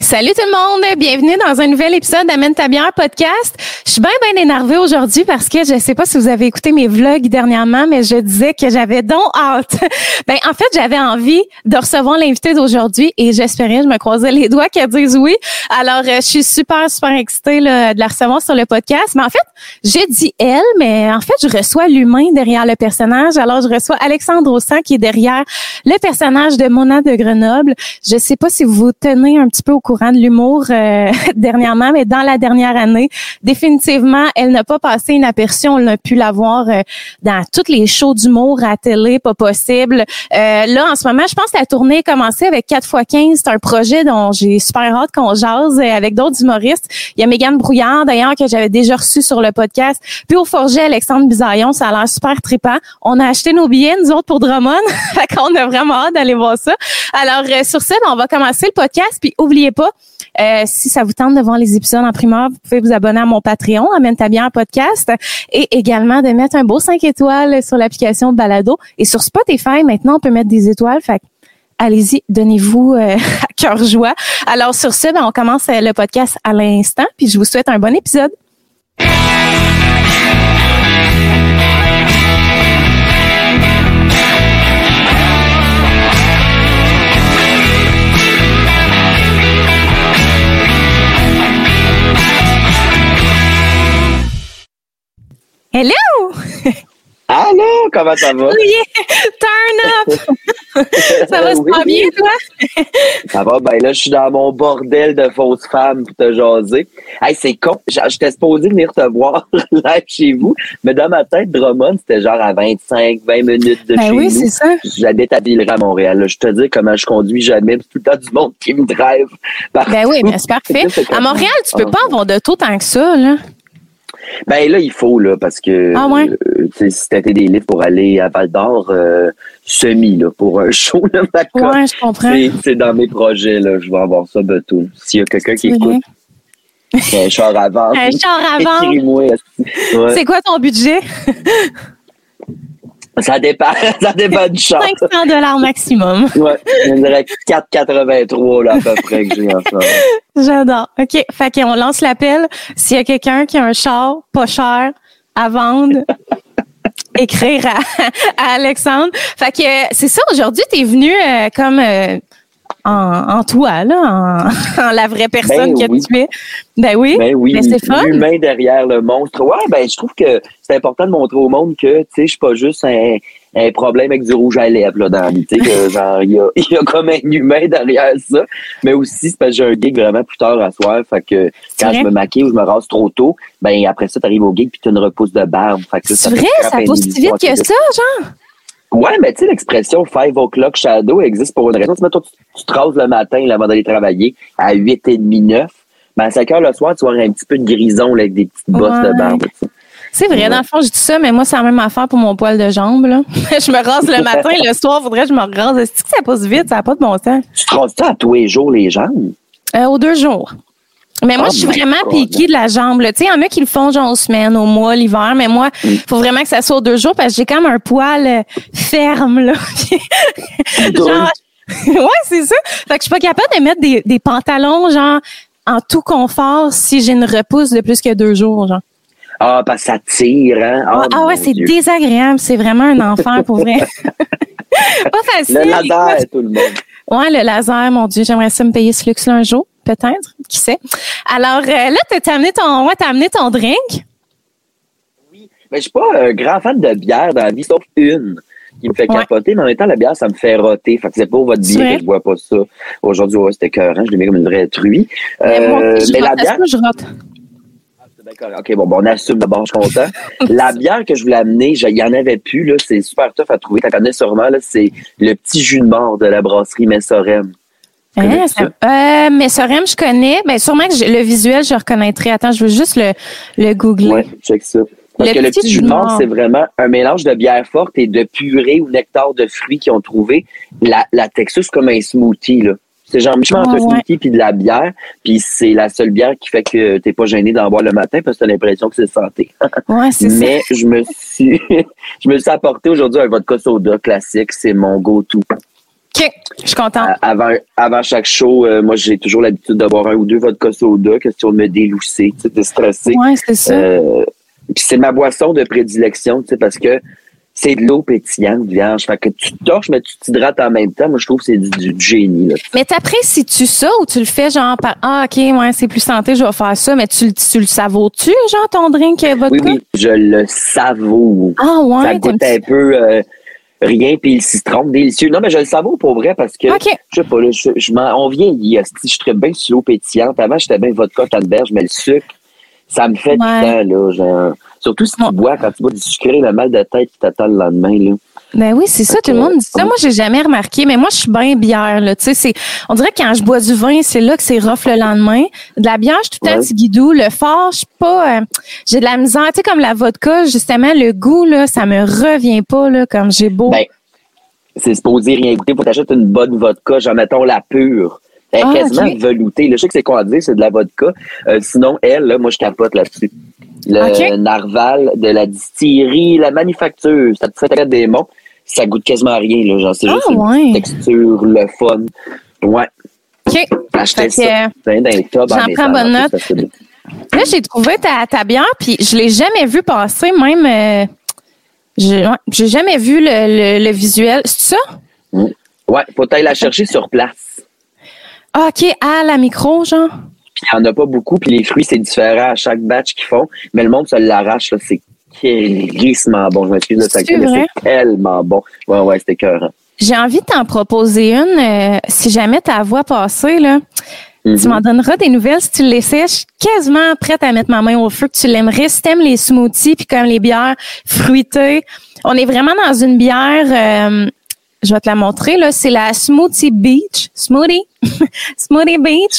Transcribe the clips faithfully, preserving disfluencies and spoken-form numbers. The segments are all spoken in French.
Salut tout le monde, bienvenue dans un nouvel épisode d'Amène ta bière podcast. Je suis bien bien énervée aujourd'hui parce que je sais pas si vous avez écouté mes vlogs dernièrement, mais je disais que j'avais donc hâte. Ben en fait, j'avais envie de recevoir l'invité d'aujourd'hui et j'espérais, je me croisais les doigts qu'elle dise oui. Alors euh, je suis super super excitée là, de la recevoir sur le podcast. Mais en fait, j'ai dit elle, mais en fait, je reçois l'humain derrière le personnage. Alors je reçois Alexandre Ossan qui est derrière le personnage de Mona de Grenoble. Je sais pas si vous vous tenez un petit peu au courant de l'humour euh, dernièrement, mais dans la dernière année, définitivement, elle n'a pas passé inaperçue. On a pu la voir euh, dans toutes les shows d'humour à télé, pas possible. Euh, là, en ce moment, je pense que la tournée a commencé avec quatre fois quinze. C'est un projet dont j'ai super hâte qu'on jase avec d'autres humoristes. Il y a Mégane Brouillard, d'ailleurs, que j'avais déjà reçue sur le podcast. Puis au Forget, Alexandre Bisaillon, ça a l'air super trippant. On a acheté nos billets, nous autres, pour Drummond. Fait qu'on a vraiment hâte d'aller voir ça. Alors, euh, sur ça, ben, on va commencer le podcast. Puis, oubliez pas, euh, si ça vous tente de voir les épisodes en primeur, vous pouvez vous abonner à mon Patreon, Amène ta bière podcast, et également de mettre un beau cinq étoiles sur l'application Balado. Et sur Spotify, maintenant, on peut mettre des étoiles. Fait allez-y, donnez-vous euh, à cœur joie. Alors, sur ce, ben, on commence le podcast à l'instant. Puis, je vous souhaite un bon épisode. Hello! Allô, comment ça va? Oui, turn up! Ça va super oui. bien, toi? Ça va, ben là, je suis dans mon bordel de fausses femmes pour te jaser. Hey, c'est con, j'étais supposé venir te voir live chez vous, mais dans ma tête, Drummond, c'était genre à vingt-cinq vingt minutes de ben chez oui, nous. c'est ça. J'habite à Villeray, à Montréal. Là. Je te dis comment je conduis jamais, c'est tout le temps du monde qui me drive. Ben oui, mais c'est parfait. À Montréal, tu peux pas avoir de taux tant que ça, là. Ben là, il faut, là, parce que ah ouais? euh, si t'étais des livres pour aller à Val-d'Or, euh, semi, là, pour un show, là, d'accord. Ouais, je comprends. C'est, c'est dans mes projets, là, je vais avoir ça bientôt. S'il y a quelqu'un qui c'est écoute, un char à vendre. Un char à vendre. Écris-moi. Ouais. C'est quoi ton budget? Ça dépend, ça dépend du char. cinq cents dollars maximum. Ouais, je dirais quatre quatre-vingt-trois, là, à peu près, que j'ai en ce moment. J'adore. OK. Fait qu'on lance l'appel. S'il y a quelqu'un qui a un char pas cher à vendre, écrire à, à Alexandre. Fait que c'est ça, aujourd'hui, t'es venu euh, comme euh, en, en toi, là, en, en la vraie personne ben que oui. tu es. Ben oui. Ben oui. Mais c'est fun. L'humain derrière le monstre. Ouais, ben je trouve que c'est important de montrer au monde que, tu sais, je suis pas juste un, un problème avec du rouge à lèvres, là, dans la vie. Tu sais, que genre, il y a, il y a comme un humain derrière ça. Mais aussi, c'est parce que j'ai un gig vraiment plus tard à soir. Fait que quand je me maquille ou je me rase trop tôt, ben après ça, t'arrives au gig puis t'as une repousse de barbe. Fait que là, c'est ça vrai? Ça pousse si vite que ça, genre? Ouais, mais tu sais, l'expression five o'clock shadow existe pour une raison. Tu, toi, tu, tu te rases le matin là, avant d'aller travailler à huit heures trente, neuf. Ben, à cinq heures le soir, tu vas avoir un petit peu de grison là, avec des petites bosses ouais. de barbe. T'sais. C'est vrai, ouais. Dans le fond, je dis ça, mais moi, c'est la même affaire pour mon poil de jambe. Là. Je me rase le matin, le soir, faudrait que je me rase. Est-ce que ça passe vite? Ça n'a pas de bon sens. Tu te rases ça à tous les jours, les jambes? Euh, aux deux jours. Mais moi, oh je suis vraiment God. piquée de la jambe. Tu sais, il y en a qui le font genre aux semaines, au mois, l'hiver, mais moi, il mm. faut vraiment que ça soit aux deux jours parce que j'ai comme un poil euh, ferme. Là. genre, ouais, c'est ça. Fait que je suis pas capable de mettre des, des pantalons genre en tout confort si j'ai une repousse de plus que deux jours. genre. Ah, parce que ça tire, hein? Oh, ah, ah ouais, c'est Dieu. désagréable. C'est vraiment un enfer pour vrai. Pas facile. Le laser, tout le monde. Ouais, le laser, mon Dieu, j'aimerais ça me payer ce luxe-là un jour. Peut-être, qui sait. Alors euh, là, t'as amené ton, ouais, t'as amené ton drink. Oui, mais je suis pas un grand fan de bière dans la vie, sauf une qui me fait capoter, ouais. mais en même temps, la bière, ça me fait roter. Fait que c'est pas votre bière que je bois pas ça. Aujourd'hui, ouais, c'était écœurant, je l'ai mis comme une vraie truie. Mais, euh, moi, je mais rote, la bière, je rote. OK, bon, bon, on assume d'abord, je suis content. La bière que je voulais amener, il n'y en avait plus, là, c'est super tough à trouver. Tu connais sûrement, là, c'est le petit jus de mort de la brasserie Messorem. Hein, ça, euh, Messorem, je connais. Ben, sûrement que je, le visuel, je reconnaîtrais. Attends, je veux juste le, le googler. Oui, check ça. Parce le que le petit jus de mort, c'est vraiment un mélange de bière forte et de purée ou nectar de fruits qu'ils ont trouvé. La, la texture, c'est comme un smoothie, là. C'est genre mi-chemin entre un smoothie puis de la bière. Puis c'est la seule bière qui fait que t'es pas gêné d'en boire le matin parce que t'as l'impression que c'est santé. Ouais, c'est Mais ça. je me suis je me suis apporté aujourd'hui un vodka soda classique. C'est mon go-to. OK, je suis contente. Avant, avant chaque show, euh, moi, j'ai toujours l'habitude de boire un ou deux vodka soda, question de me délousser, tu sais, de stresser. Ouais, c'est ça. Euh, puis c'est ma boisson de prédilection, tu sais, parce que c'est de l'eau pétillante, vierge. Fait que tu torches, mais tu t'hydrates en même temps. Moi, je trouve que c'est du, du génie. Là. Mais t'apprécies-tu ça ou tu le fais genre par ah OK, ouais, c'est plus santé, je vais faire ça, mais tu, tu le savoures-tu, genre ton drink vodka? Oui, oui, je le savoure. Ah ouais, ça goûte un peu euh, rien, puis le citron, délicieux. Non, mais je le savoure pour vrai parce que, okay. je sais pas, là, je, je m'en, on vieillit. Je suis très bien sur l'eau pétillante. Avant, j'étais bien vodka, canneberge, mais le sucre, ça me fait ouais. du temps, là, genre. Surtout si tu ouais. bois, quand tu bois du sucré, le mal de tête qui t'attend le lendemain, là. Ben oui, c'est ça, tout le monde dit ça. Moi, j'ai jamais remarqué, mais moi, je suis bien bière, là. Tu sais, c'est, on dirait que quand je bois du vin, c'est là que c'est rough le lendemain. De la bière, je suis tout le temps petit guidou. Le fort, je suis pas, euh, j'ai de la misère. Tu sais, comme la vodka, justement, le goût, là, ça me revient pas, là, comme j'ai beau. Ben, c'est supposé rien goûter. Faut t'acheter une bonne vodka, genre, mettons, la pure. Elle est ah, quasiment okay. veloutée. Là, je sais que c'est quoi à dire, c'est de la vodka. Euh, sinon, elle, là, moi, je capote là-dessus. Le okay. narval de la distillerie, la manufacture, ça te fait des mots. Ça goûte quasiment à rien, là. Genre, c'est ah, juste ouais. une texture, le fun. Ouais. OK. Acheter ça. C'est d'un top. J'en prends bonne note. Là, j'ai trouvé ta, ta bière, puis je l'ai jamais vue passer, même. Euh, j'ai, ouais, j'ai jamais vu le, le, le visuel. C'est ça? Mmh. Ouais, faut aller la chercher sur place. Ah, OK, à la micro, genre? Puis il n'y en a pas beaucoup, puis les fruits, c'est différent à chaque batch qu'ils font, mais le monde se l'arrache, là, c'est crissement bon. Je m'excuse de ça, mais c'est tellement bon. Ouais, ouais, c'était écœurant. J'ai envie de t'en proposer une, euh, si jamais ta voix passée, là. Mm-hmm. Tu m'en donneras des nouvelles si tu le laissais. Je suis quasiment prête à mettre ma main au feu que tu l'aimerais. Si t'aimes les smoothies puis comme les bières fruitées, on est vraiment dans une bière... Euh, je vais te la montrer, là. C'est la Smoothie Beach. Smoothie. Smoothie Beach.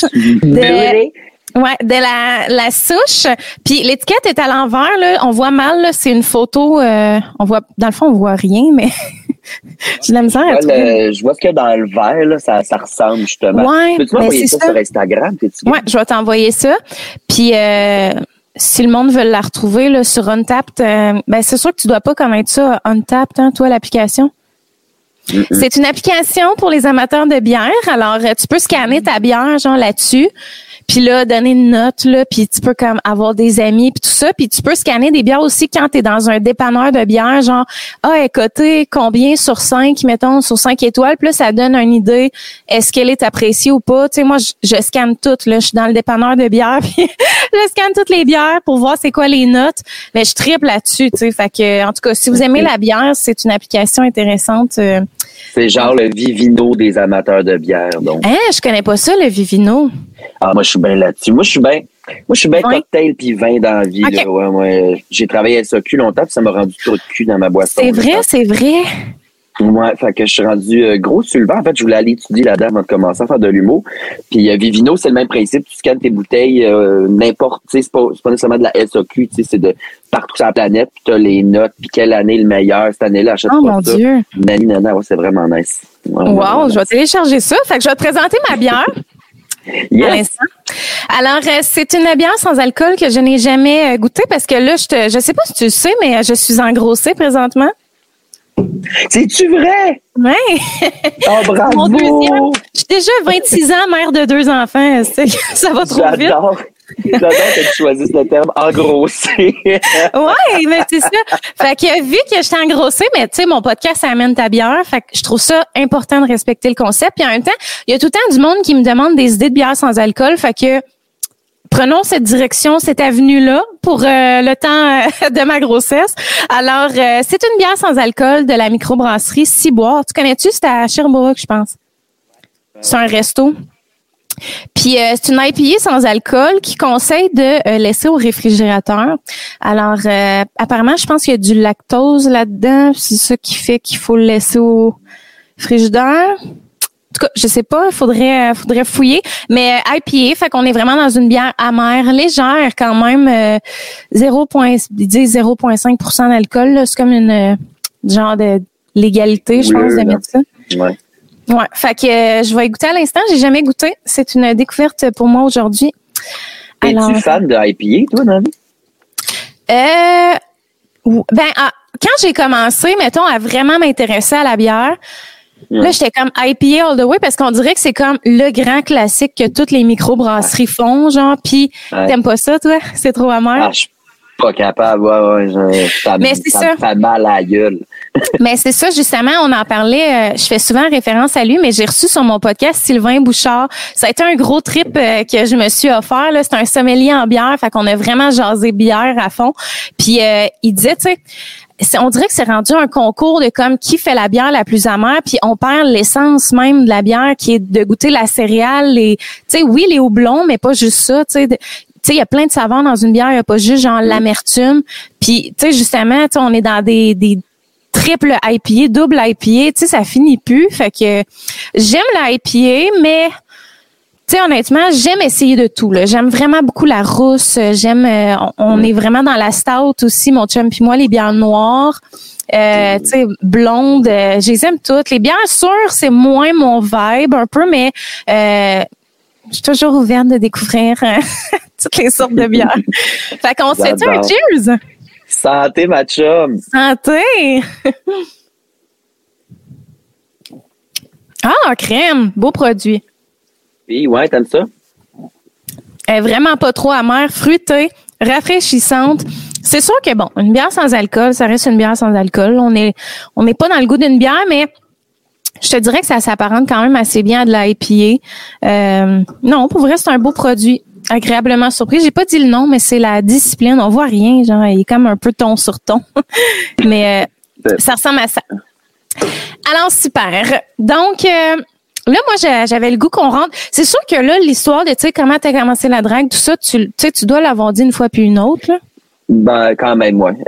De, ouais, de la, la souche. Puis l'étiquette est à l'envers, là. On voit mal, là. C'est une photo. Euh, on voit, dans le fond, on voit rien, mais j'ai de la misère à trouver. Je vois ce qu'il y a dans le verre, là. Ça, ça ressemble, justement. Ouais. Peux-tu m'envoyer ça, ça sur Instagram? Ouais, je vais t'envoyer ça. Puis, euh, si le monde veut la retrouver, là, sur Untapped, euh, ben, c'est sûr que tu dois pas connaître ça, Untapped, hein, toi, l'application. Mm-hmm. C'est une application pour les amateurs de bière. Alors, tu peux scanner ta bière, genre, là-dessus. Puis là, donner une note, là, puis tu peux comme avoir des amis, puis tout ça. Puis tu peux scanner des bières aussi quand t'es dans un dépanneur de bière, genre, ah, écoutez, combien sur cinq, mettons, sur cinq étoiles. Puis là, ça donne une idée, est-ce qu'elle est appréciée ou pas. Tu sais, moi, je, je scanne toutes, là. Je suis dans le dépanneur de bière, puis je scanne toutes les bières pour voir c'est quoi les notes. Mais je triple là-dessus, tu sais. Fait que, en tout cas, si vous aimez la bière, c'est une application intéressante. Euh, C'est genre le Vivino des amateurs de bière, donc. Hein, je connais pas ça, le Vivino. Ah, moi, je suis bien là-dessus. Moi, je suis bien, moi, je suis bien ouais. cocktail puis vin dans la vie, okay. là. Ouais, moi, j'ai travaillé à S A Q longtemps puis ça m'a rendu trop de cul dans ma boisson. C'est vrai, c'est vrai. Ouais, fait que je suis rendu euh, gros sur le vent. En fait, je voulais aller étudier là-dedans avant de commencer à faire de l'humour. Puis euh, Vivino, c'est le même principe. Tu scannes tes bouteilles, euh, n'importe, tu sais, c'est pas, c'est pas nécessairement de la S A Q, tu sais, c'est de partout sur la planète. Puis t'as les notes, puis quelle année est le meilleur. Cette année-là, achète oh, pas mon ça. Dieu. Nani, nana, ouais, c'est vraiment nice. Ouais, wow, je vais télécharger ça. Fait que je vais te présenter ma bière. Yes. À l'instant. Alors, euh, c'est une bière sans alcool que je n'ai jamais euh, goûtée parce que là, je te, je sais pas si tu le sais, mais je suis engrossée présentement. C'est-tu vrai? Oui. Oh, bravo! Mon deuxième. Je suis déjà vingt-six ans, mère de deux enfants. Ça va trop vite. J'adore. J'adore que tu choisisses le terme engrossé. Oui, mais c'est ça. Fait que vu que je t'ai engrossé, mais tu sais, mon podcast, ça amène ta bière. Fait que je trouve ça important de respecter le concept. Puis en même temps, il y a tout le temps du monde qui me demande des idées de bière sans alcool. Fait que prenons cette direction, cette avenue-là pour euh, le temps euh, de ma grossesse. Alors, euh, c'est une bière sans alcool de la microbrasserie Ciboire. Tu connais-tu? C'est à Sherbrooke, je pense. C'est un resto. Puis, euh, c'est une I P A sans alcool qui conseille de euh, laisser au réfrigérateur. Alors, euh, apparemment, je pense qu'il y a du lactose là-dedans. C'est ça qui fait qu'il faut le laisser au frigidaire. En tout cas, je sais pas, faudrait faudrait fouiller, mais I P A, fait qu'on est vraiment dans une bière amère, légère quand même, euh, zéro virgule cinq pour cent d'alcool, là, c'est comme une euh, genre de légalité, je pense, de mettre ça. Ouais. Ouais, fait que euh, je vais y goûter à l'instant, j'ai jamais goûté, c'est une découverte pour moi aujourd'hui. Es-tu Alors, fan de I P A, toi, dans la vie? Euh, ben, ah, quand j'ai commencé, mettons, à vraiment m'intéresser à la bière, Ouais. Là, j'étais comme I P A all the way parce qu'on dirait que c'est comme le grand classique que toutes les microbrasseries ouais. font, genre. Puis, ouais. t'aimes pas ça, toi? C'est trop amer? Ah, je suis pas capable. Ouais, ouais, genre, ça, Mais c'est ça, ça. me fait mal à la gueule. Mais c'est ça, justement, on en parlait. Euh, je fais souvent référence à lui, mais j'ai reçu sur mon podcast Sylvain Bouchard. Ça a été un gros trip euh, que je me suis offert. Là, c'est un sommelier en bière, fait qu'on a vraiment jasé bière à fond. Puis, euh, il disait, tu sais, C'est, on dirait que c'est rendu un concours de comme qui fait la bière la plus amère, puis on perd l'essence même de la bière qui est de goûter la céréale, les, tu sais, oui, les houblons, mais pas juste ça, tu sais. Tu sais, il y a plein de saveurs dans une bière, il y a pas juste genre l'amertume. Puis, tu sais, justement, tu sais, on est dans des, des triple I P A, double I P A, tu sais, ça finit plus. Fait que j'aime la I P A, mais tu sais, honnêtement, j'aime essayer de tout, là. J'aime vraiment beaucoup la rousse. J'aime, euh, on, on est vraiment dans la stout aussi, mon chum puis moi, les bières noires. Euh, tu sais, blondes, euh, je les aime toutes. Les bières sûres, c'est moins mon vibe un peu, mais euh, je suis toujours ouverte de découvrir euh, toutes les sortes de bières. Fait qu'on se fait un cheers? Santé, ma chum! Santé! Ah, crème! Beau produit. Oui, ouais, t'aimes ça? Elle est vraiment pas trop amère, fruitée, rafraîchissante. C'est sûr que bon, une bière sans alcool, ça reste une bière sans alcool. On est, on n'est pas dans le goût d'une bière, mais je te dirais que ça s'apparente quand même assez bien à de la I P A. Euh, non, pour vrai, c'est un beau produit. Agréablement surpris. J'ai pas dit le nom, mais c'est la discipline. On voit rien, genre, il est comme un peu ton sur ton. mais euh, ça ressemble à ça. Alors, super. Donc, euh, là, moi, j'avais le goût qu'on rentre. C'est sûr que là, l'histoire de, tu sais, comment t'as commencé la drague, tout ça, tu sais, tu dois l'avoir dit une fois puis une autre, là. Ben, quand même, ouais.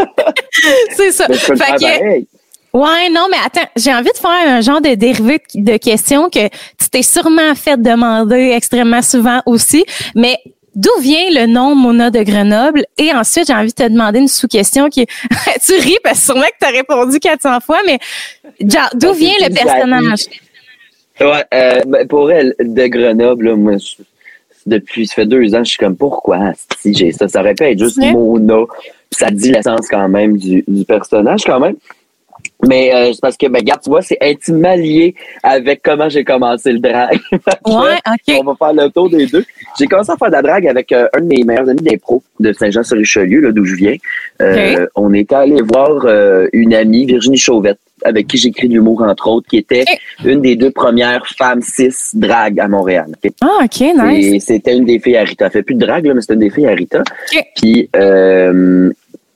C'est ça. Mais tu peux le faire pareil. Ouais, non, mais attends, j'ai envie de faire un genre de dérivé de questions que tu t'es sûrement fait demander extrêmement souvent aussi, mais d'où vient le nom Mona de Grenoble? Et ensuite, j'ai envie de te demander une sous-question qui est... tu ris parce que sûrement que tu as répondu quatre cents fois, mais genre, d'où vient le personnage? Ouais, euh, ben, pour elle, de Grenoble, là, moi, je, depuis, ça fait deux ans, je suis comme, pourquoi si j'ai ça? Ça aurait pu être juste ouais. Mona, puis ça dit l'essence quand même du, du personnage quand même. Mais euh, c'est parce que, ben, regarde, tu vois, c'est intimement lié avec comment j'ai commencé le drag. Ouais, OK. On va faire le tour des deux. J'ai commencé à faire de la drague avec euh, un de mes meilleurs amis d'impro de Saint-Jean-sur-Richelieu, là, d'où je viens. Euh, okay. On était allé voir euh, une amie, Virginie Chauvette, avec qui j'écris de l'humour, entre autres, qui était okay. une des deux premières femmes cis drag à Montréal. Okay? Ah, OK, nice. Et c'était une des filles à Rita. Elle fait plus de drague, là, mais c'était une des filles à Rita. Okay. Puis, euh,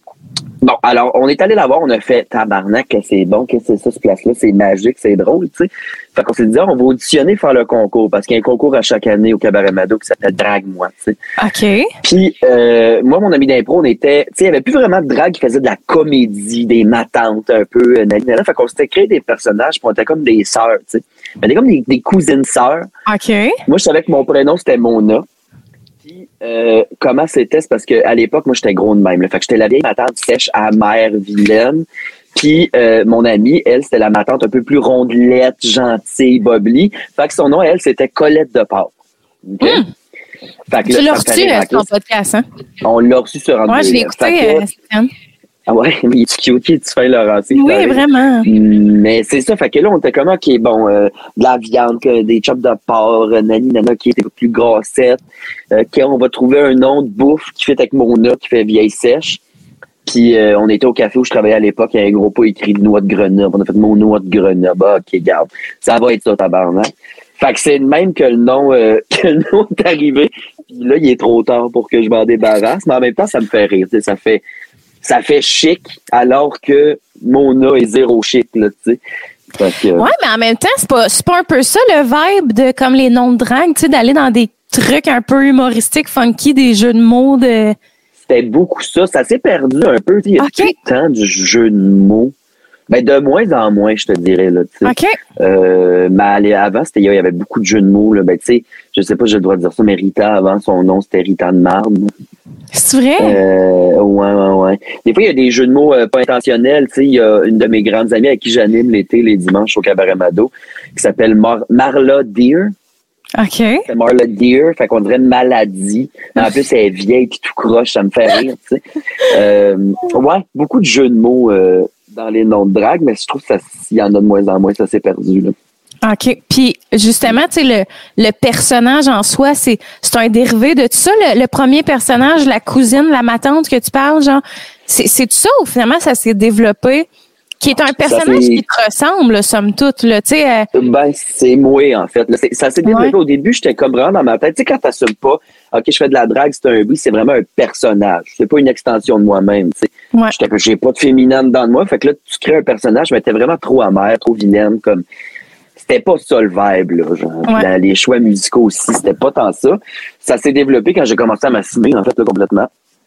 bon, alors, on est allé la voir, on a fait tabarnak, que c'est bon, que c'est ça, ce place-là, c'est magique, c'est drôle, tu sais. Fait qu'on s'est dit, on va auditionner faire le concours, parce qu'il y a un concours à chaque année au Cabaret Mado qui s'appelle Drague-moi, tu sais. OK. Puis, euh, moi, mon ami d'impro, on était, tu sais, il y avait plus vraiment de drague qui faisait de la comédie, des matantes un peu, euh, nanana. Fait qu'on s'était créé des personnages, puis on était comme des sœurs, tu sais. On était comme des, des cousines sœurs. OK. Moi, je savais que mon prénom, c'était Mona. Puis, euh, comment c'était? C'est parce qu'à l'époque, moi, j'étais gros de même. Là. Fait que j'étais la vieille matante sèche, amère, vilaine. Puis, euh, mon amie, elle, c'était la matante un peu plus rondelette, gentille, bobli. Fait que son nom, elle, c'était Colette de Port. Okay? Mm. Fait que tu l'as reçu sur ton podcast, hein? On l'a reçu sur un Moi, je l'ai écouté, euh, Stéphane. Ah ouais, mais il est cute, tu fais Laurentier. Oui, pareil. Vraiment. Mais c'est ça, fait que là, on était comme, OK, bon, euh, de la viande, des chops de porc, euh, nani, nana, qui était plus grassette. Euh, OK, on va trouver un nom de bouffe qui fait avec Mona, qui fait vieille sèche. Puis euh, on était au café où je travaillais à l'époque, il y a un gros pot écrit de noix de Grenoble. On a fait mon noix de Grenoble. Ah, OK, garde. Ça va être ça, tabarnak. Fait que c'est de même que le nom, euh, que le nom est arrivé. Puis là, il est trop tard pour que je m'en débarrasse. Mais en même temps, ça me fait rire. Tu sais, ça fait... Ça fait chic, alors que Mona est zéro chic, là, tu sais. Que... Ouais, mais en même temps, c'est pas, c'est pas un peu ça le vibe de comme les noms de drague, tu sais, d'aller dans des trucs un peu humoristiques, funky, des jeux de mots de. C'était beaucoup ça. Ça s'est perdu un peu. Il y a okay. tout le temps du jeu de mots. Ben, de moins en moins, je te dirais, là, tu sais. OK. Euh, mais avant, c'était, il y avait beaucoup de jeux de mots, là. Ben, tu sais, je sais pas si j'ai le droit de dire ça, mais Rita, avant, son nom, c'était Rita de Marne. C'est vrai? Euh, ouais, ouais, ouais. Des fois, il y a des jeux de mots euh, pas intentionnels, tu sais. Il y a une de mes grandes amies avec qui j'anime l'été, les dimanches au Cabaret Mado, qui s'appelle Mar- Marla Deer. OK. C'est Marla Deer, fait qu'on dirait une maladie. En plus, elle est vieille puis tout croche, ça me fait rire, tu sais. Euh, ouais, beaucoup de jeux de mots, euh, dans les noms de drague, mais je trouve que ça, il y en a de moins en moins, ça s'est perdu, là. OK. Puis, justement, tu sais, le, le personnage en soi, c'est, c'est un dérivé de tout ça. Le, le premier personnage, la cousine, la ma tante que tu parles, genre, c'est, c'est tout ça ou finalement ça s'est développé, qui est un personnage qui te ressemble, somme toute, là, tu sais. Euh... Ben, c'est moi, en fait. Là, c'est, ça s'est développé ouais. Au début, j'étais comme vraiment dans ma tête. Tu sais, quand t'assumes pas, OK, je fais de la drague, c'est un oui, c'est vraiment un personnage. C'est pas une extension de moi-même, tu sais. Ouais. J'étais, j'ai pas de féminin dedans de moi. Fait que là, tu crées un personnage, mais t'es vraiment trop amère, trop vilaine, comme. C'était pas ça le vibe, là. Genre, ouais. la, les choix musicaux aussi, c'était pas tant ça. Ça s'est développé quand j'ai commencé à m'assumer, en fait, là, complètement.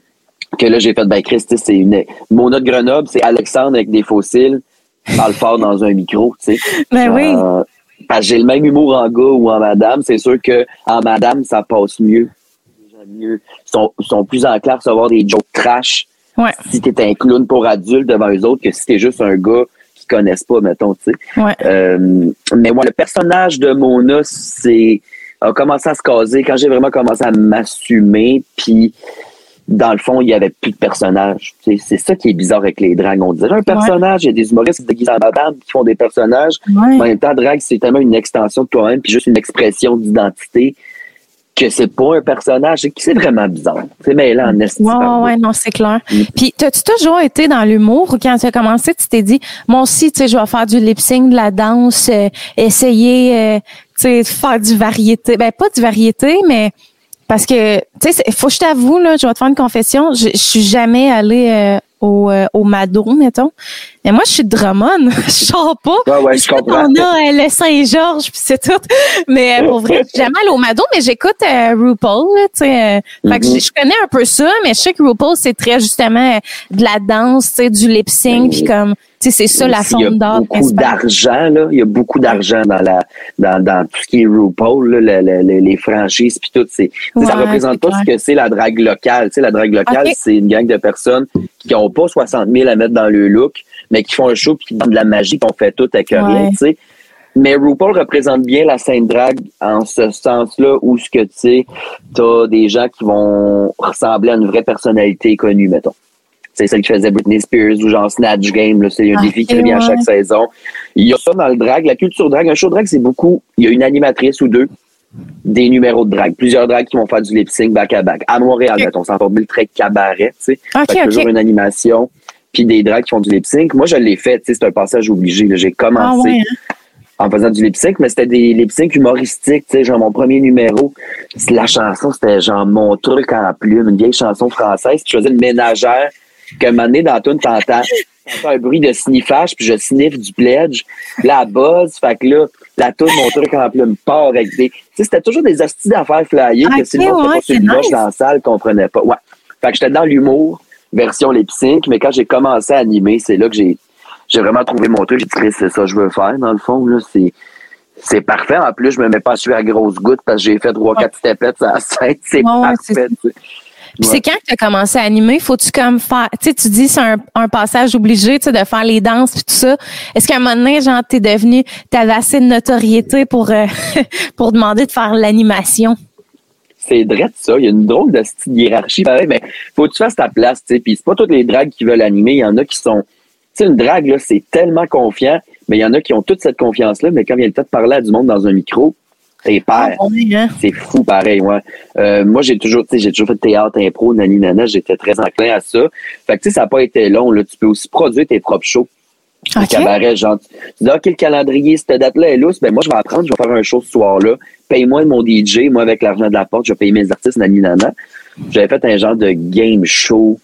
Que là, j'ai fait, ben, Chris, c'est une, mon autre Grenoble, c'est Alexandre avec des fossiles, parle fort dans un micro, tu sais. Ben genre, oui. Parce que j'ai le même humour en gars ou en madame. C'est sûr que en madame, ça passe mieux. mieux. Ils sont, ils sont plus enclins à recevoir des jokes trash. Ouais. Si t'es un clown pour adulte devant eux autres que si t'es juste un gars qui connaissent pas, mettons, tu sais. Ouais. Euh, mais moi, le personnage de Mona, c'est a commencé à se caser quand j'ai vraiment commencé à m'assumer, puis dans le fond, il y avait plus de personnages. C'est, c'est ça qui est bizarre avec les dragues. On dirait un personnage, il ouais. y a des humoristes qui déguisent en madame qui font des personnages. Ouais. Mais en même temps, drague, c'est tellement une extension de toi-même, puis juste une expression d'identité que c'est pas un personnage, c'est, c'est vraiment bizarre. C'est mêlant en estime. Ouais, ouais, non, c'est clair. Mm. Puis, t'as-tu toujours été dans l'humour ou quand tu as commencé, tu t'es dit, moi aussi, tu sais, je vais faire du lip-sync, de la danse, euh, essayer, euh, tu sais, faire du variété. Ben, pas du variété, mais parce que, tu sais, faut que je t'avoue, là, je vais te faire une confession, je, je suis jamais allée euh, au, euh, au Mado, mettons. Mais moi, je suis de Drummond. Je sors pas. Ouais, ouais, je comprends. On a euh, le Saint-Georges, puis c'est tout. Mais euh, pour vrai, je suis jamais allée au Mado, mais j'écoute euh, RuPaul, tu sais. Euh, mm-hmm. Fait que je, je connais un peu ça, mais je sais que RuPaul, c'est très, justement, euh, de la danse, tu sais, du lip-sync, puis comme, tu sais, c'est ça la forme d'art. Il y a beaucoup principale. d'argent, là. Il y a beaucoup d'argent dans la, dans, dans tout ce qui est RuPaul, là, le, le, les franchises, puis tout. C'est, ouais, ça représente pas clair. ce que c'est la drague locale. Tu sais, la drague locale, okay. c'est une gang de personnes qui ont pas soixante mille à mettre dans le look, mais qui font un show puis qui donnent de la magie qu'on fait tout avec ouais. rien, tu sais. Mais RuPaul représente bien la scène drague en ce sens-là où ce que tu sais, t'as des gens qui vont ressembler à une vraie personnalité connue, mettons. C'est celle qui faisait Britney Spears ou genre Snatch Game, là, c'est un okay, défi qui revient ouais. à chaque saison. Il y a ça dans le drag, la culture drag. Un show de drag, c'est beaucoup, il y a une animatrice ou deux, des numéros de drague. Plusieurs drags qui vont faire du lip-sync back-à-back. À Montréal, okay. on s'en formule le très cabaret, tu sais. Okay, toujours okay. une animation, puis des drags qui font du lip-sync. Moi, je l'ai fait, tu sais, c'est un passage obligé. Là. J'ai commencé ah, ouais, hein? en faisant du lip-sync, mais c'était des lip-sync humoristiques, tu sais, genre mon premier numéro. La chanson, c'était genre mon truc en plume, une vieille chanson française. Puis je faisais une ménagère que un moment donné, dans la toune, t'entends, t'entends un bruit de sniffage, puis je sniffe du pledge. La buzz, fait que là, la toune, mon truc en plume part avec des... Tu sais, c'était toujours des hosties d'affaires flyées okay, que sinon, c'était ouais, pas sur une nice. Dans la salle, comprenait pas. Ouais. Fait que j'étais dans l'humour, version lip-sync, mais quand j'ai commencé à animer, c'est là que j'ai, j'ai vraiment trouvé mon truc. J'ai dit, c'est ça que je veux faire, dans le fond, là. C'est, c'est parfait. En plus, je me mets pas à suer à grosses gouttes parce que j'ai fait trois, quatre ouais. stepettes à la scène. C'est ouais, parfait, ouais, Puis ouais. c'est quand que tu as commencé à animer, faut-tu comme faire, tu sais, tu dis c'est un, un passage obligé, tu sais, de faire les danses puis tout ça. Est-ce qu'à un moment donné, genre, t'es devenu, t'avais assez de notoriété pour, euh, pour demander de faire l'animation? C'est vrai de ça. Il y a une drôle de style hiérarchie. Pareil, mais faut que tu fasses ta place, tu sais. Puis c'est pas toutes les dragues qui veulent animer. Il y en a qui sont, tu sais, une drague, là, c'est tellement confiant, mais il y en a qui ont toute cette confiance-là, mais quand vient le temps de parler à du monde dans un micro, c'est père. Ah, oui, hein? C'est fou, pareil, ouais. Euh, moi, j'ai toujours, tu sais, j'ai toujours fait théâtre, impro, nani, nana, j'étais très enclin à ça. Fait que, tu sais, ça n'a pas été long, là. Tu peux aussi produire tes propres shows. Okay. Au cabaret, genre, tu dis, OK, le calendrier, cette date-là est lousse, ben, moi, je vais apprendre, je vais faire un show ce soir-là. Paye-moi mon D J, moi, avec l'argent de la porte, je vais payer mes artistes, nani, nana. J'avais fait un genre de game show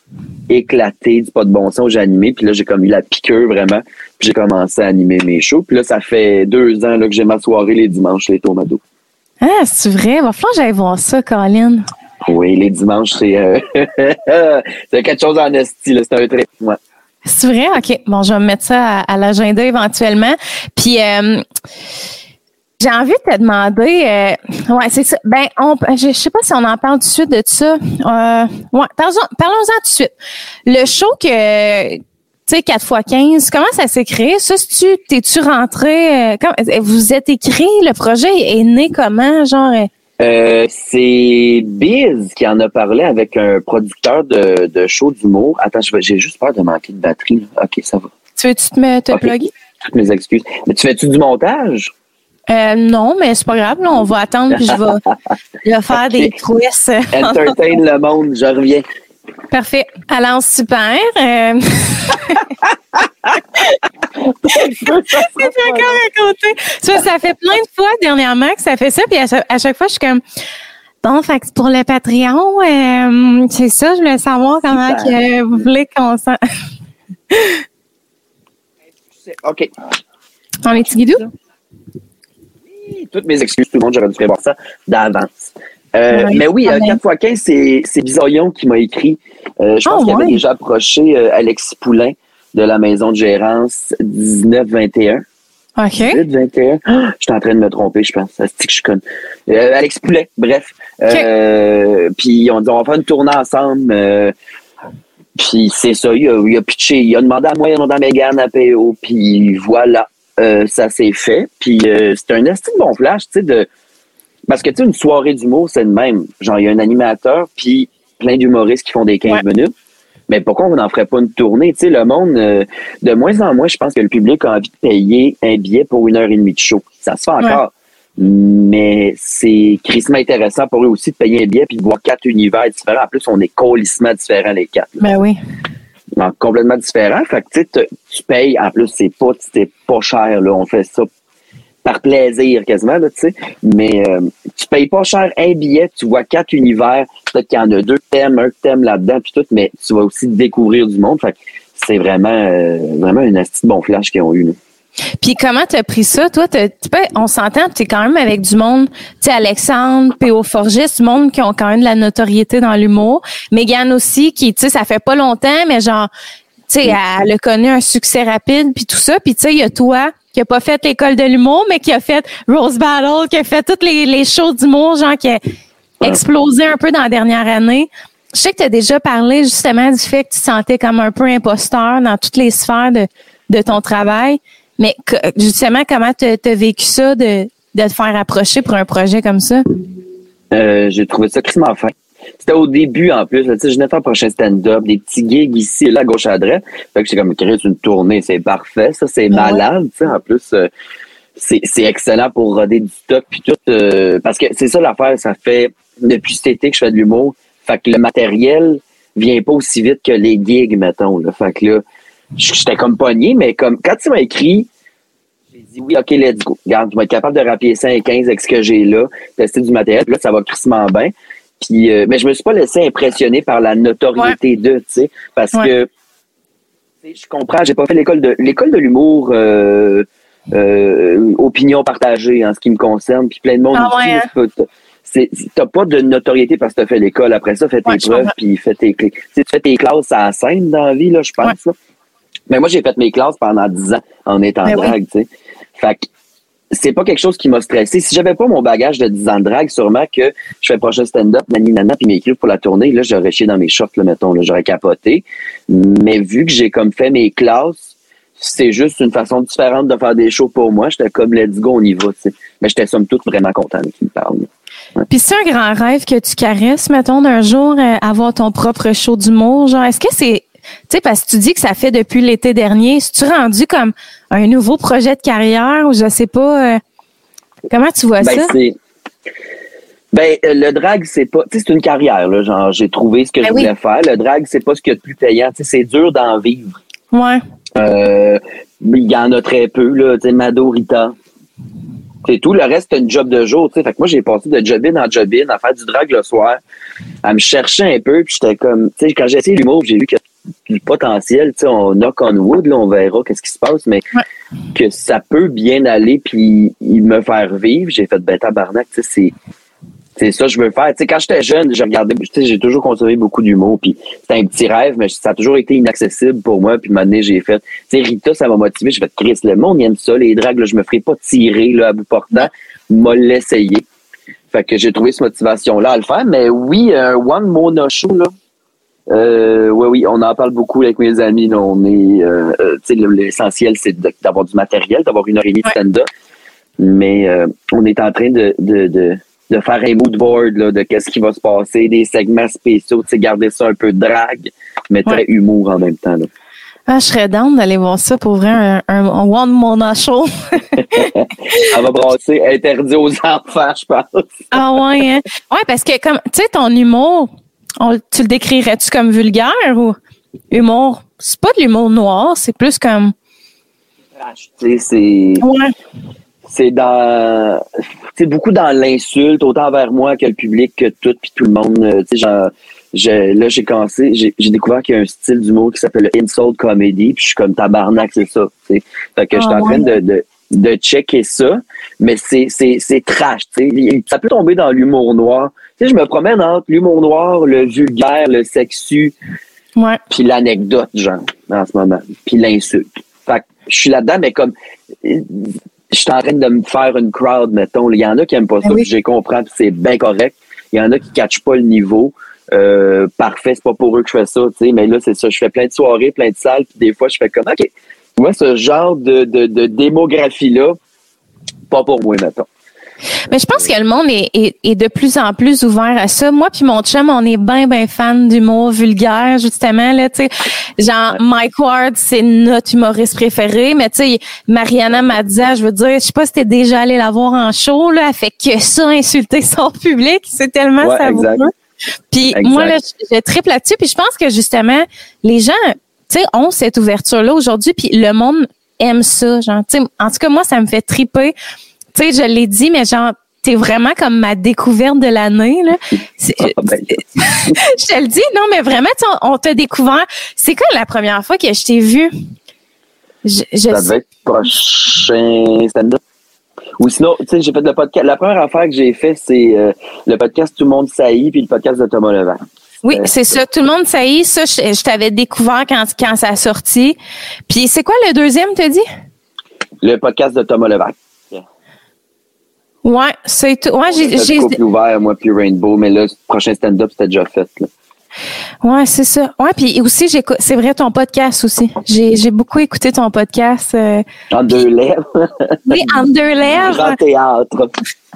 éclaté, du pas de bon sens, j'ai animé, puis là, j'ai comme eu la piqûre, vraiment, puis j'ai commencé à animer mes shows, puis là, ça fait deux ans, là, que j'ai ma soirée les dimanches, les Tourmados. Ah, c'est vrai? Va falloir que j'aille voir ça, Colin. Oui, les dimanches, c'est, euh, c'est quelque chose en esti, là, c'est un trip, ouais. C'est vrai? OK. Bon, je vais me mettre ça à, à l'agenda éventuellement. Puis, euh, j'ai envie de te demander, euh, ouais, c'est ça. Ben, on, je, je sais pas si on en parle tout de suite de ça. Euh, ouais, parlons-en, parlons-en tout de suite. Le show que, tu sais, quatre fois quinze, comment ça s'est créé? Ça, tu t'es-tu rentré, euh, comment, vous êtes écrit, le projet est né comment, genre? Euh, Euh, c'est Biz qui en a parlé avec un producteur de, de show d'humour. Attends, j'ai juste peur de manquer de batterie. Là. OK, ça va. Tu veux-tu te, me, te okay. plugger? Toutes mes excuses. Mais tu fais-tu du montage? Euh, non, mais c'est pas grave. Là, on va attendre puis je vais, je vais faire okay. des quiz. Entertain le monde, je reviens. Parfait. Alors, super. Euh... c'est encore raconté. Ça, ça fait plein de fois dernièrement que ça fait ça. Puis à chaque, à chaque fois, je suis comme, bon, fait que pour le Patreon, euh, c'est ça, je voulais savoir comment que vous voulez qu'on s'en... OK. On est-tu guidou? Oui, toutes mes excuses, tout le monde, j'aurais dû prévoir ça d'avance. Euh, oui, mais oui, euh, quatre fois quinze, c'est, c'est Bisaillon qui m'a écrit. Euh, je pense oh, qu'il ouais. avait déjà approché euh, Alexis Poulain de la maison de gérance dix-neuf vingt et un. OK. dix-huit vingt et un. Oh, je suis en train de me tromper, je pense. Ça se dit que je connais. Euh, Alexis Poulain, bref. Okay. Euh, puis on dit, on va faire une tournée ensemble. Euh, puis c'est ça, il a, il a pitché. Il a demandé à moi, il a demandé à Mégane, à P O. Puis voilà, euh, ça s'est fait. Puis euh, c'est un esti de bon flash, tu sais, de... Parce que, tu sais, une soirée d'humour, c'est le même. Genre, il y a un animateur, puis plein d'humoristes qui font des quinze ouais. minutes. Mais pourquoi on n'en ferait pas une tournée? Tu sais, le monde, euh, de moins en moins, je pense que le public a envie de payer un billet pour une heure et demie de show. Ça se fait encore. Ouais. Mais c'est crissement intéressant pour eux aussi de payer un billet puis de voir quatre univers différents. En plus, on est colissement différents, les quatre. Là. Ben oui. Donc, complètement différents. Fait que, tu sais, tu payes. En plus, c'est pas, c'est pas cher, là. On fait ça par plaisir quasiment, là, tu sais. Mais euh, tu payes pas cher un billet, tu vois quatre univers, peut-être qu'il y en a deux thèmes, un thème là-dedans, puis tout, mais tu vas aussi découvrir du monde. Fait que c'est vraiment, euh, vraiment un asti de bon flash qu'ils ont eu, là. Puis comment t'as pris ça? Toi, t'as, tu peux, on s'entend, t'es quand même avec du monde, tu sais, Alexandre, P O Forgis, du monde qui ont quand même de la notoriété dans l'humour. Mégane aussi, qui, tu sais, ça fait pas longtemps, mais genre, tu sais, elle a connu un succès rapide, puis tout ça. Puis tu sais, il y a toi, qui a pas fait l'école de l'humour, mais qui a fait Rose Battle, qui a fait toutes les, les shows d'humour, genre qui a explosé un peu dans la dernière année. Je sais que tu as déjà parlé justement du fait que tu te sentais comme un peu imposteur dans toutes les sphères de, de ton travail. Mais que, justement, comment tu as vécu ça de, de te faire approcher pour un projet comme ça? Euh, j'ai trouvé ça crissement fin. C'était au début, en plus. Là, je venais faire un prochain stand-up, des petits gigs ici, là, à gauche à droite. Fait que j'ai comme créé une tournée. C'est parfait. Ça, c'est malade. Ouais. En plus, euh, c'est, c'est excellent pour roder du stock. Puis tout. Euh, parce que c'est ça l'affaire. Ça fait depuis cet été que je fais de l'humour. Fait que le matériel vient pas aussi vite que les gigs, mettons. Là. Fait que là, j'étais comme pogné, mais comme quand tu m'as écrit, j'ai dit oui, OK, let's go. Regarde, tu vas être capable de rappeler cinq quinze avec ce que j'ai là, tester du matériel. Puis là, ça va crissement bien. Puis, euh, mais je me suis pas laissé impressionner par la notoriété ouais. de, tu sais, parce ouais. que je comprends, j'ai pas fait l'école de l'école de l'humour, euh, euh, opinion partagée en ce qui me concerne, puis plein de monde ah, aussi. Ouais. C'est, t'as pas de notoriété parce que t'as fait l'école. Après ça, fais tes ouais, preuves, puis fais tes clés. Tu fais tes classes à la scène dans la vie, là, je pense. Ouais. Là. Mais moi, j'ai fait mes classes pendant dix ans en étant mais drague, oui. tu sais. Fait que c'est pas quelque chose qui m'a stressé. Si j'avais pas mon bagage de dix ans de drague, sûrement que je fais le prochain stand-up, nani nana, puis m'écrire pour la tournée, là, j'aurais chié dans mes shorts, là, mettons, là, j'aurais capoté. Mais vu que j'ai comme fait mes classes, c'est juste une façon différente de faire des shows pour moi. J'étais comme, let's go, on y va, tu sais. Mais j'étais somme toute vraiment content qu'ils me parlent. Ouais. Puis c'est un grand rêve que tu caresses, mettons, d'un jour, euh, avoir ton propre show d'humour. Genre, est-ce que c'est... Tu sais, parce que tu dis que ça fait depuis l'été dernier. Es-tu rendu comme un nouveau projet de carrière ou je sais pas? Euh, comment tu vois ben, ça? C'est... Ben, le drag, c'est pas... Tu sais, c'est une carrière, là. Genre, j'ai trouvé ce que ben je voulais oui. faire. Le drag, c'est pas ce qu'il y a de plus payant. Tu sais, c'est dur d'en vivre. Ouais. Euh, il y en a très peu, là. Tu sais, Mado, Rita. C'est tout. Le reste, c'est une job de jour, tu sais. Fait que moi, j'ai passé de job-in en job-in à faire du drag le soir, à me chercher un peu, puis j'étais comme... Tu sais, quand j'ai essayé l'humour, j'ai vu que le potentiel, tu sais, on knock on wood, là, on verra qu'est-ce qui se passe, mais ouais. que ça peut bien aller puis me faire vivre. J'ai fait ben tabarnak, tu sais, c'est c'est ça que je veux faire. Tu sais, quand j'étais jeune, j'ai regardé, tu sais, j'ai toujours consommé beaucoup d'humour, puis c'était un petit rêve, mais ça a toujours été inaccessible pour moi. Puis maintenant, j'ai fait, tu sais, Rita, ça m'a motivé. J'ai fait, Chris, le monde il aime ça, les dragues, là, je me ferai pas tirer là à bout portant, m'a l'essayer. Fait que j'ai trouvé cette motivation-là à le faire. Mais oui, un one mono show là. Euh, oui, oui, on en parle beaucoup avec mes amis. Là, on est, euh, euh, tu sais, l'essentiel, c'est de, d'avoir du matériel, d'avoir une heure et demie de stand-up. Mais euh, on est en train de, de, de, de faire un mood board là, de qu'est-ce qui va se passer, des segments spéciaux, tu sais, garder ça un peu drague, mais très ouais. humour en même temps. Là. Ah, je serais down d'aller voir ça pour vrai, un, un, un One Mona Show. Elle va brasser interdit aux enfants, je pense. Ah ouais, hein? Ouais, parce que comme tu sais, ton humour, on, tu le décrirais-tu comme vulgaire ou humour? C'est pas de l'humour noir, c'est plus comme. Tu sais, c'est. Ouais. C'est dans. C'est beaucoup dans l'insulte, autant envers moi que le public, que tout, puis tout le monde. Tu sais, genre. Je, là, j'ai commencé, j'ai, j'ai découvert qu'il y a un style d'humour qui s'appelle le insult comedy, puis je suis comme tabarnak, c'est ça. T'sais. Fait que ah, je suis en train ouais. de, de, de checker ça, mais c'est, c'est, c'est trash, tu sais. Ça peut tomber dans l'humour noir. Tu sais, je me promène entre l'humour noir, le vulgaire, le sexu, ouais. puis l'anecdote, genre, en ce moment, puis l'insulte. Fait que je suis là-dedans, mais comme, je suis en train de me faire une crowd, mettons. Il y en a qui aiment pas ça, oui. puis j'ai compris, puis c'est bien correct. Il y en a qui catchent pas le niveau. Euh, parfait, c'est pas pour eux que je fais ça, tu sais, mais là, c'est ça. Je fais plein de soirées, plein de salles, puis des fois, je fais comme, OK, moi, ce genre de, de, de démographie-là, pas pour moi, mettons. Mais je pense que le monde est, est, est de plus en plus ouvert à ça. Moi puis mon chum, on est bien, bien fan d'humour vulgaire, justement, là, tu sais. Genre, Mike Ward, c'est notre humoriste préféré, mais tu sais, Mariana Mazza, je veux dire, je sais pas si t'es déjà allé la voir en show, là, elle fait que ça, insulter son public, c'est tellement ouais, savoureux. Puis exact. Moi, là, je, je triple là-dessus, puis je pense que, justement, les gens, tu sais, ont cette ouverture-là aujourd'hui, puis le monde aime ça, genre, tu sais, en tout cas, moi, ça me fait triper. Tu sais, je l'ai dit, mais genre, t'es vraiment comme ma découverte de l'année, là. C'est, oh, ben. Je te le dis, non, mais vraiment, on, on t'a découvert. C'est quand la première fois que je t'ai vu? Je, je ça devait être prochain stand-up. Ou sinon, tu sais, j'ai fait le podcast. La première affaire que j'ai fait, c'est euh, le podcast Tout le monde saillit, puis le podcast de Thomas Levac. Oui, euh, c'est ça. Tout le monde saillit. Ça, je, je t'avais découvert quand, quand ça a sorti. Puis c'est quoi le deuxième, t'as dit? Le podcast de Thomas Levac. Ouais, c'est tout. Ouais, j'ai, j'ai. couple ouvert, moi puis Rainbow, mais là, le prochain stand-up, c'était déjà fait, là. Ouais, c'est ça. Ouais, puis aussi, j'ai, c'est vrai, ton podcast aussi. J'ai, j'ai beaucoup écouté ton podcast. Euh, en deux lèvres. Oui, en deux lèvres. Grand théâtre.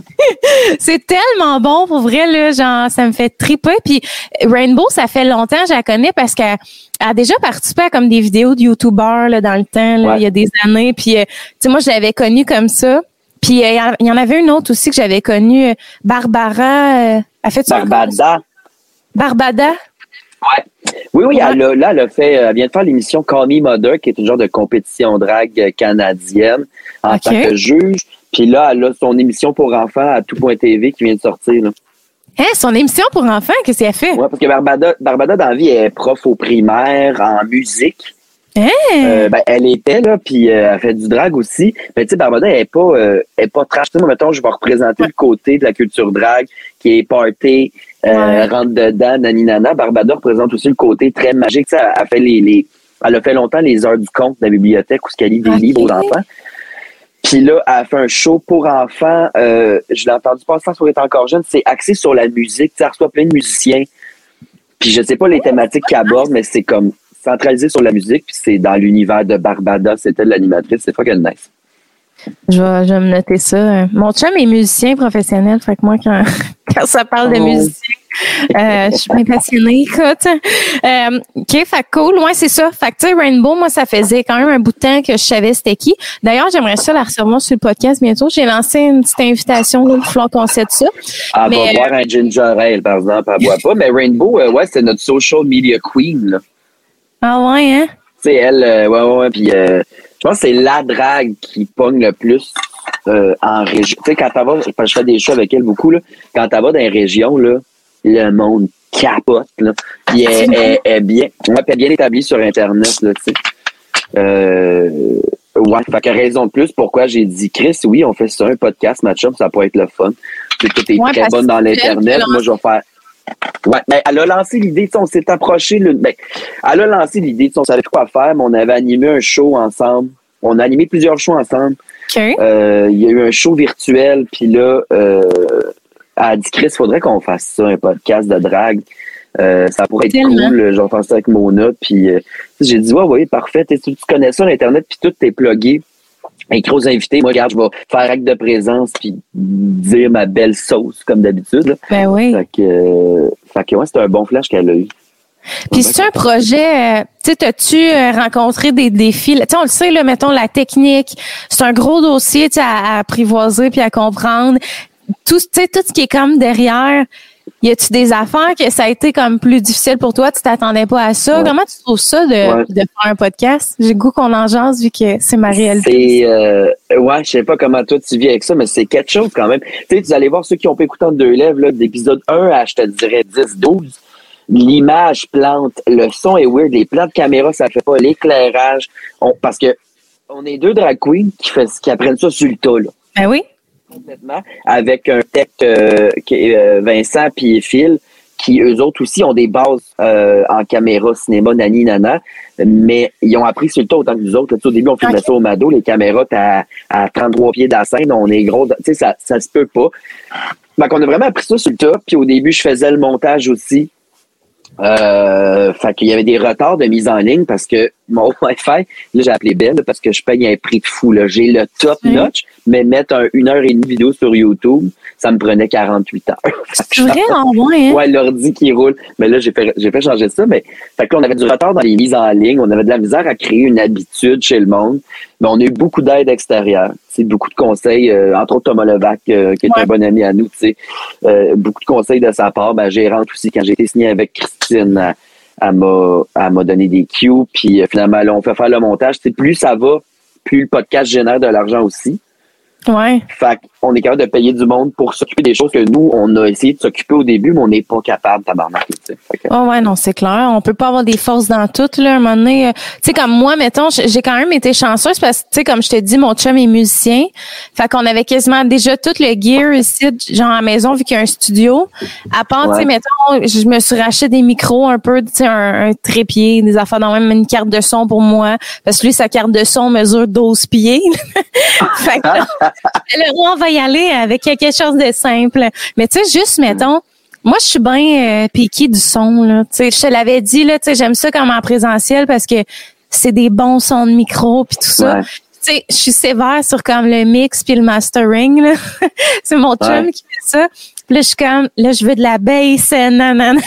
C'est tellement bon, pour vrai, là, genre, ça me fait triper. Puis Rainbow, ça fait longtemps, je la connais parce qu'elle a déjà participé à comme des vidéos de YouTubers, là, dans le temps, là, ouais. il y a des années. Puis, euh, tu sais, moi, je l'avais connue comme ça. Puis, il euh, y en avait une autre aussi que j'avais connue, Barbara. Euh, a fait Barbada. Barbada. Ouais. Oui, oui, ouais. Elle a, là, elle a fait, elle vient de faire l'émission Call Me Mother, qui est une genre de compétition drague canadienne en okay. tant que juge. Puis là, elle a son émission pour enfants à tout point T V qui vient de sortir, là. Hein, son émission pour enfants, qu'est-ce qu'elle fait? Oui, parce que Barbada, Barbada, dans la vie, elle est prof au primaire en musique. Hein? Euh, ben, elle était, là, puis euh, elle fait du drag aussi. Mais tu sais, Barbada, elle est pas, euh, elle est pas trash. Moi, mettons, je vais représenter ouais. le côté de la culture drag, qui est party, euh, ouais. rentre dedans, naninana. Barbada représente aussi le côté très magique. Tu sais, elle, elle fait les, les, elle a fait longtemps les heures du conte de la bibliothèque où elle lit des okay. livres aux enfants. Puis là, elle a fait un show pour enfants. Euh, je l'ai entendu passer quand elle était encore jeune. C'est axé sur la musique. Tu sais, elle reçoit plein de musiciens. Puis je sais pas les thématiques qu'elle aborde, mais c'est comme centralisé sur la musique, puis c'est dans l'univers de Barbada, c'était l'animatrice, c'est fucking nice. Je vais, je vais me noter ça. Mon chum est musicien professionnel, fait que moi, quand, quand ça parle de oh. musicien, euh, je suis bien passionnée, écoute. Euh, OK, fait que cool. Ouais, c'est ça. Fait que, tu sais, Rainbow, moi, ça faisait quand même un bout de temps que je savais c'était qui. D'ailleurs, j'aimerais ça la recevoir sur le podcast bientôt. J'ai lancé une petite invitation, là, il va falloir qu'on sait ça. Elle mais, va euh, boire un ginger ale, par exemple, elle boit pas. Mais Rainbow, euh, ouais, c'est notre social media queen, là. Ah ouais, hein? Tu sais, elle, euh, ouais, ouais, ouais, puis euh, je pense que c'est la drague qui pogne le plus euh, en région. Tu sais, quand t'en vas, je fais des shows avec elle beaucoup, là, quand t'en vas dans les régions, là, le monde capote, là. Puis elle, elle, elle est bien, ouais, elle est bien établie sur Internet, là, tu sais. Euh, ouais, fait que raison de plus pourquoi j'ai dit, Chris, oui, on fait ça, un podcast, match-up, ça pourrait être le fun. Tu sais, toi, t'es ouais, très bonne dans l'Internet, moi, je vais faire... Ouais, ben, elle a lancé l'idée, on s'est approché, le, ben, elle a lancé l'idée, on savait quoi faire, mais on avait animé un show ensemble. On a animé plusieurs shows ensemble. Okay. Euh, il y a eu un show virtuel, puis là, euh, elle a dit, Chris, faudrait qu'on fasse ça, un podcast de drague. Euh, ça pourrait être Tellement. cool, j'en pense ça avec Mona, puis euh, j'ai dit, ouais, oui, parfait, tu, tu connais ça, l'Internet, puis tout t'es plugué. écrire aux invités. Moi, regarde, je vais faire acte de présence puis dire ma belle sauce, comme d'habitude. Là. Ben oui. Fait que, euh, fait que ouais, c'était un bon flash qu'elle a eu. Puis c'est un projet, euh, tu sais, t'as-tu euh, rencontré des défis? Tu sais, on le sait, là, mettons, la technique, c'est un gros dossier, tu sais, à, à apprivoiser puis à comprendre. Tout, tu sais, tout ce qui est comme derrière, y a-tu des affaires que ça a été comme plus difficile pour toi? Tu t'attendais pas à ça? Ouais. Comment tu trouves ça de, ouais. de faire un podcast? J'ai le goût qu'on en jase vu que c'est ma réalité. C'est, euh, ouais, je sais pas comment toi tu vis avec ça, mais c'est quelque chose quand même. Tu sais, vous allez voir ceux qui ont pas écouté en deux lèvres, là, d'épisode un à, je te dirais, dix, douze. L'image plante, le son est weird, les plans de caméra, ça fait pas, l'éclairage. On, parce que on est deux drag queens qui, fait, qui apprennent ça sur le tas, là. Ben oui. Complètement. Avec un tech, euh, qui, euh, Vincent puis Phil, qui eux autres aussi ont des bases euh, en caméra, cinéma, nani, nana, mais ils ont appris sur le tas autant que nous autres. Là, au début, on filmait okay. ça au Mado, les caméras, t'es à, à trente-trois pieds de la scène, on est gros, tu sais, ça, ça se peut pas. Donc, on a vraiment appris ça sur le tas, puis au début, je faisais le montage aussi. Euh, fait qu'il y avait des retards de mise en ligne parce que mon Wi-Fi, là, j'ai appelé Belle parce que je paye un prix de fou, là. J'ai le top mmh. notch, mais mettre un, une heure et demie vidéo sur YouTube, ça me prenait quarante-huit heures. C'est vrai, en moins, hein? Ouais, l'ordi qui roule. Mais là, j'ai fait, j'ai fait changer ça, mais, fait que là, on avait du retard dans les mises en ligne, on avait de la misère à créer une habitude chez le monde, mais on a eu beaucoup d'aide extérieure. C'est beaucoup de conseils, euh, entre autres Thomas Levac, euh, qui est ouais. un bon ami à nous, tu sais, euh, beaucoup de conseils de sa part, ben, gérante aussi, quand j'ai été signé avec Christine, elle, elle m'a, elle m'a donné des cues, puis euh, finalement, là, on fait faire le montage. Tu sais, plus ça va, plus le podcast génère de l'argent aussi. Ouais. Fait qu'on est capable de payer du monde pour s'occuper des choses que nous, on a essayé de s'occuper au début, mais on n'est pas capable, tabarnak. Tu sais. Que... Oh ouais, non, c'est clair. On peut pas avoir des forces dans tout, là, à un moment donné. Euh, tu sais, comme moi, mettons, j'ai quand même été chanceuse parce que, tu sais, comme je te dis, mon chum est musicien. Fait qu'on avait quasiment déjà tout le gear ici, genre à la maison, vu qu'il y a un studio. À part, ouais. tu sais, mettons, je me suis racheté des micros un peu, tu sais, un, un trépied, des affaires dans même, une carte de son pour moi. Parce que lui, sa carte de son mesure douze pieds. Fait que, là, on va y aller avec quelque chose de simple. Mais tu sais, juste, mettons, moi, je suis bien euh, piquée du son, là. Tu sais, je te l'avais dit, là, tu sais, j'aime ça comme en présentiel parce que c'est des bons sons de micro puis tout ça. Ouais. Tu sais, je suis sévère sur comme le mix puis le mastering, là. C'est mon chum ouais. qui fait ça. Puis là, je suis comme, là, je veux de la bass, nanana.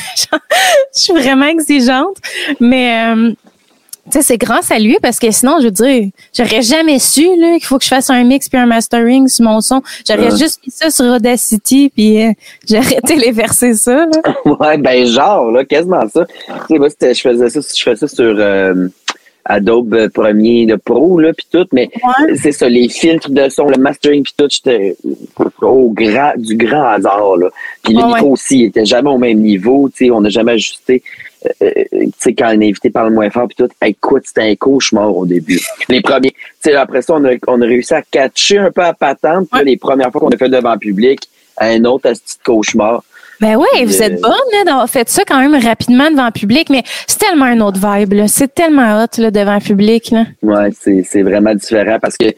Je suis vraiment exigeante. Mais... Euh, tu sais, c'est grâce à lui parce que sinon, je veux dire, j'aurais jamais su là qu'il faut que je fasse un mix puis un mastering sur mon son. J'aurais ouais. juste mis ça sur Audacity puis euh, j'aurais téléversé ça. Là. Ouais, ben genre, là, quasiment ça. Tu sais, moi, c'était, je faisais ça, je faisais ça sur euh, Adobe Premiere Pro, là, puis tout, mais ouais. c'est ça, les filtres de son, le mastering puis tout, j'étais au grand, du grand hasard, là. Puis le oh, micro ouais. aussi, il était jamais au même niveau, tu sais, on n'a jamais ajusté. Euh, tu sais, quand un invité parle moins fort puis tout, écoute, c'était un cauchemar au début. Les premiers, tu sais, après ça, on a, on a réussi à catcher un peu à patente. Ouais. Les premières fois qu'on a fait devant le public, un autre petit cauchemar. Ben oui, vous euh, êtes bonne là, d'avoir fait ça quand même rapidement devant le public, mais c'est tellement un autre vibe, là. C'est tellement hot là, devant le public. Là. Ouais, c'est, c'est vraiment différent parce que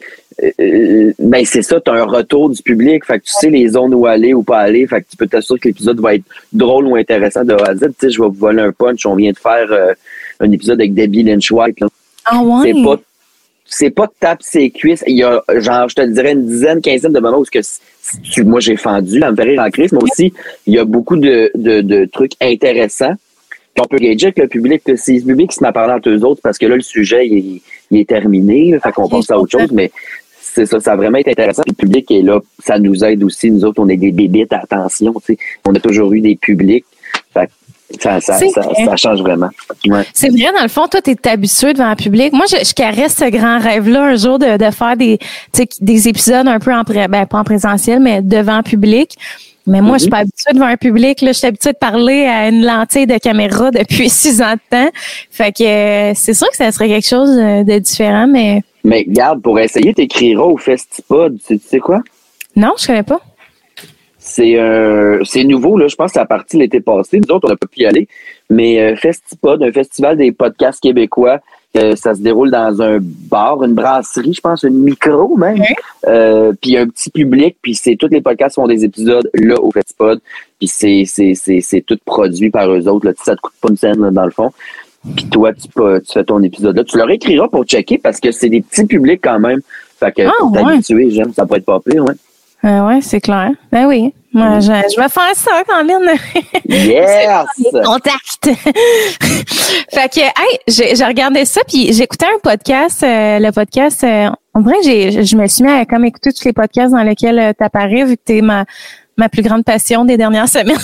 euh, ben c'est ça, t'as un retour du public, fait que tu sais les zones où aller ou pas aller, fait que tu peux t'assurer que l'épisode va être drôle ou intéressant de A à Z. Tu sais, je vais vous voler un punch, on vient de faire euh, un épisode avec Debbie Lynch White. Là. Ah ouais? C'est pas c'est pas de tape ses cuisses. Il y a, genre, je te dirais une dizaine, quinzaine de moments où ce que tu, moi j'ai fendu, là, me fait rire en crise, mais aussi, il y a beaucoup de, de, de trucs intéressants. Puis on peut gager avec le public. Si le public se met à parler entre eux autres, parce que là, le sujet, il, il est terminé, là, fait qu'on pense à autre chose, mais c'est ça, ça a vraiment été intéressant. Le public est là, ça nous aide aussi. Nous autres, on est des bébites à attention, tu sais. On a toujours eu des publics. Fait Ça, ça, ça, ça change vraiment. Ouais. C'est vrai, dans le fond, toi, tu es habitué devant le public. Moi, je, je caresse ce grand rêve-là un jour de, de faire des, des épisodes un peu en, pré, ben, pas en présentiel, mais devant le public. Mais moi, mm-hmm. je suis pas habituée devant un public. Là, je suis habituée de parler à une lentille de caméra depuis six ans de temps. Fait que euh, c'est sûr que ça serait quelque chose de différent, mais... Mais regarde, pour essayer, t'écriras au Festipod. Tu sais quoi? Non, je connais pas. C'est euh, c'est nouveau, là. Je pense que c'est à partir de l'été passé. Nous autres, on n'a pas pu y aller. Mais euh, Festipod, un festival des podcasts québécois, euh, ça se déroule dans un bar, une brasserie, je pense, un micro même. Okay. Euh, puis il y a un petit public, puis c'est tous les podcasts font des épisodes là au Festipod. Puis c'est c'est c'est c'est tout produit par eux autres. Là. Ça te coûte pas une scène là, dans le fond. Puis toi, tu, tu fais ton épisode là. Tu leur écriras pour checker parce que c'est des petits publics quand même. Fait que Ah, pour ouais. t'habituer, j'aime, ça pourrait être pas pire, ouais. Ah ouais, c'est clair. Ben oui. Moi, je, je vais faire ça, Caroline. Yes! Contact. Fait que, hey, j'ai, j'ai regardé ça, puis j'écoutais un podcast, euh, le podcast, euh, on dirait que j'ai, je me suis mis à comme écouter tous les podcasts dans lesquels euh, t'apparais, vu que t'es ma, ma plus grande passion des dernières semaines.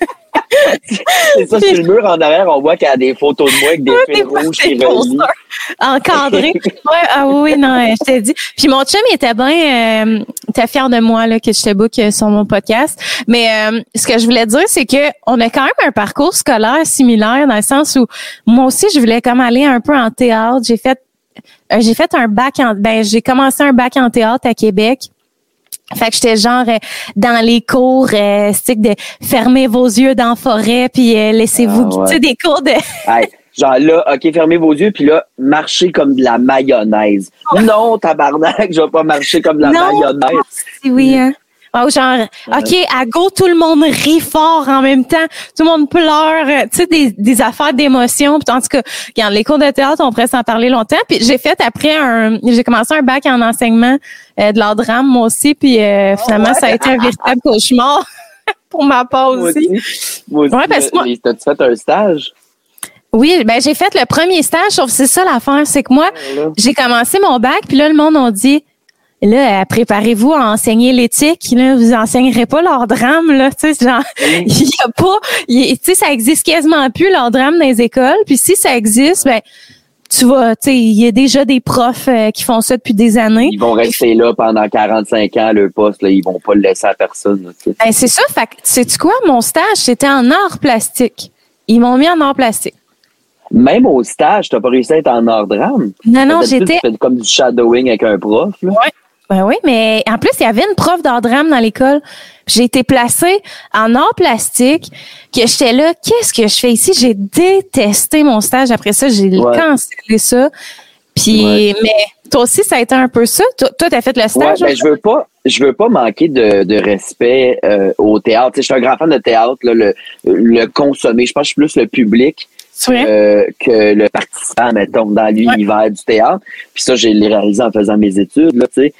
C'est ça, sur le mur en arrière, on voit qu'il y a des photos de moi avec des Ouais, fils des rouges qui posters relient. encadrés. Ouais, ah oui, non, euh, je t'ai dit. Puis mon chum, il était bien, euh, il était fier de moi là que je te book euh, sur mon podcast. Mais euh, ce que je voulais dire, c'est que on a quand même un parcours scolaire similaire dans le sens où moi aussi, je voulais comme aller un peu en théâtre. J'ai fait, euh, j'ai fait un bac en, ben j'ai commencé un bac en théâtre à Québec. Fait que j'étais genre euh, dans les cours, euh, c'est de fermer vos yeux dans la forêt, puis euh, laissez-vous, Ah, ouais. tu sais, des cours de... Hey, genre là, OK, fermez vos yeux, puis là, marchez comme de la mayonnaise. Non, tabarnak, je vais pas marcher comme de la Non. mayonnaise. Oui, oui, hein. Oh, genre, OK, à go, tout le monde rit fort en même temps. Tout le monde pleure. euh, Tu sais, des, des affaires d'émotion. Puis en tout cas, regarde, les cours de théâtre, on pourrait s'en parler longtemps. Puis j'ai fait après un... J'ai commencé un bac en enseignement euh, de l'art drame, moi aussi. Puis euh, finalement, ouais? ça a été un véritable cauchemar pour ma part Moi aussi. aussi. Moi aussi. Ouais, parce que moi- Mais t'as-tu fait un stage? Oui, ben j'ai fait le premier stage, sauf que c'est ça l'affaire, c'est que moi, Là. j'ai commencé mon bac, puis là, le monde a dit... Là, euh, préparez-vous à enseigner l'éthique. Là, vous enseignerez pas l'art drame. Là, tu sais, genre, il y a pas, tu sais, ça existe quasiment plus l'art drame dans les écoles. Puis si ça existe, ben, tu vas, tu sais, il y a déjà des profs euh, qui font ça depuis des années. Ils vont rester là pendant quarante-cinq ans, le poste, là, ils vont pas le laisser à personne. Là, tu sais. Ben, c'est ça. Fait que, sais-tu quoi? Mon stage, c'était en art plastique. Ils m'ont mis en art plastique. Même au stage, t'as pas réussi à être en art drame. Non, non, D'habitude, j'étais. Tu fais comme du shadowing avec un prof. Là. Ouais. Ben oui, mais en plus, il y avait une prof d'art drame dans l'école. J'ai été placée en art plastique, que j'étais là, qu'est-ce que je fais ici? J'ai détesté mon stage. Après ça, j'ai Ouais. cancellé ça. Puis, Ouais. mais toi aussi, ça a été un peu ça. Toi, toi, t'as fait le Ouais, stage? ben, je veux pas, je veux pas manquer de, de respect euh, au théâtre. Tu sais, je suis un grand fan de théâtre, là, le, le consommer. Je pense que je suis plus le public C'est vrai? euh, que le participant, mettons, dans l'univers du théâtre. Puis ça, j'ai réalisé en faisant mes études, là, tu sais.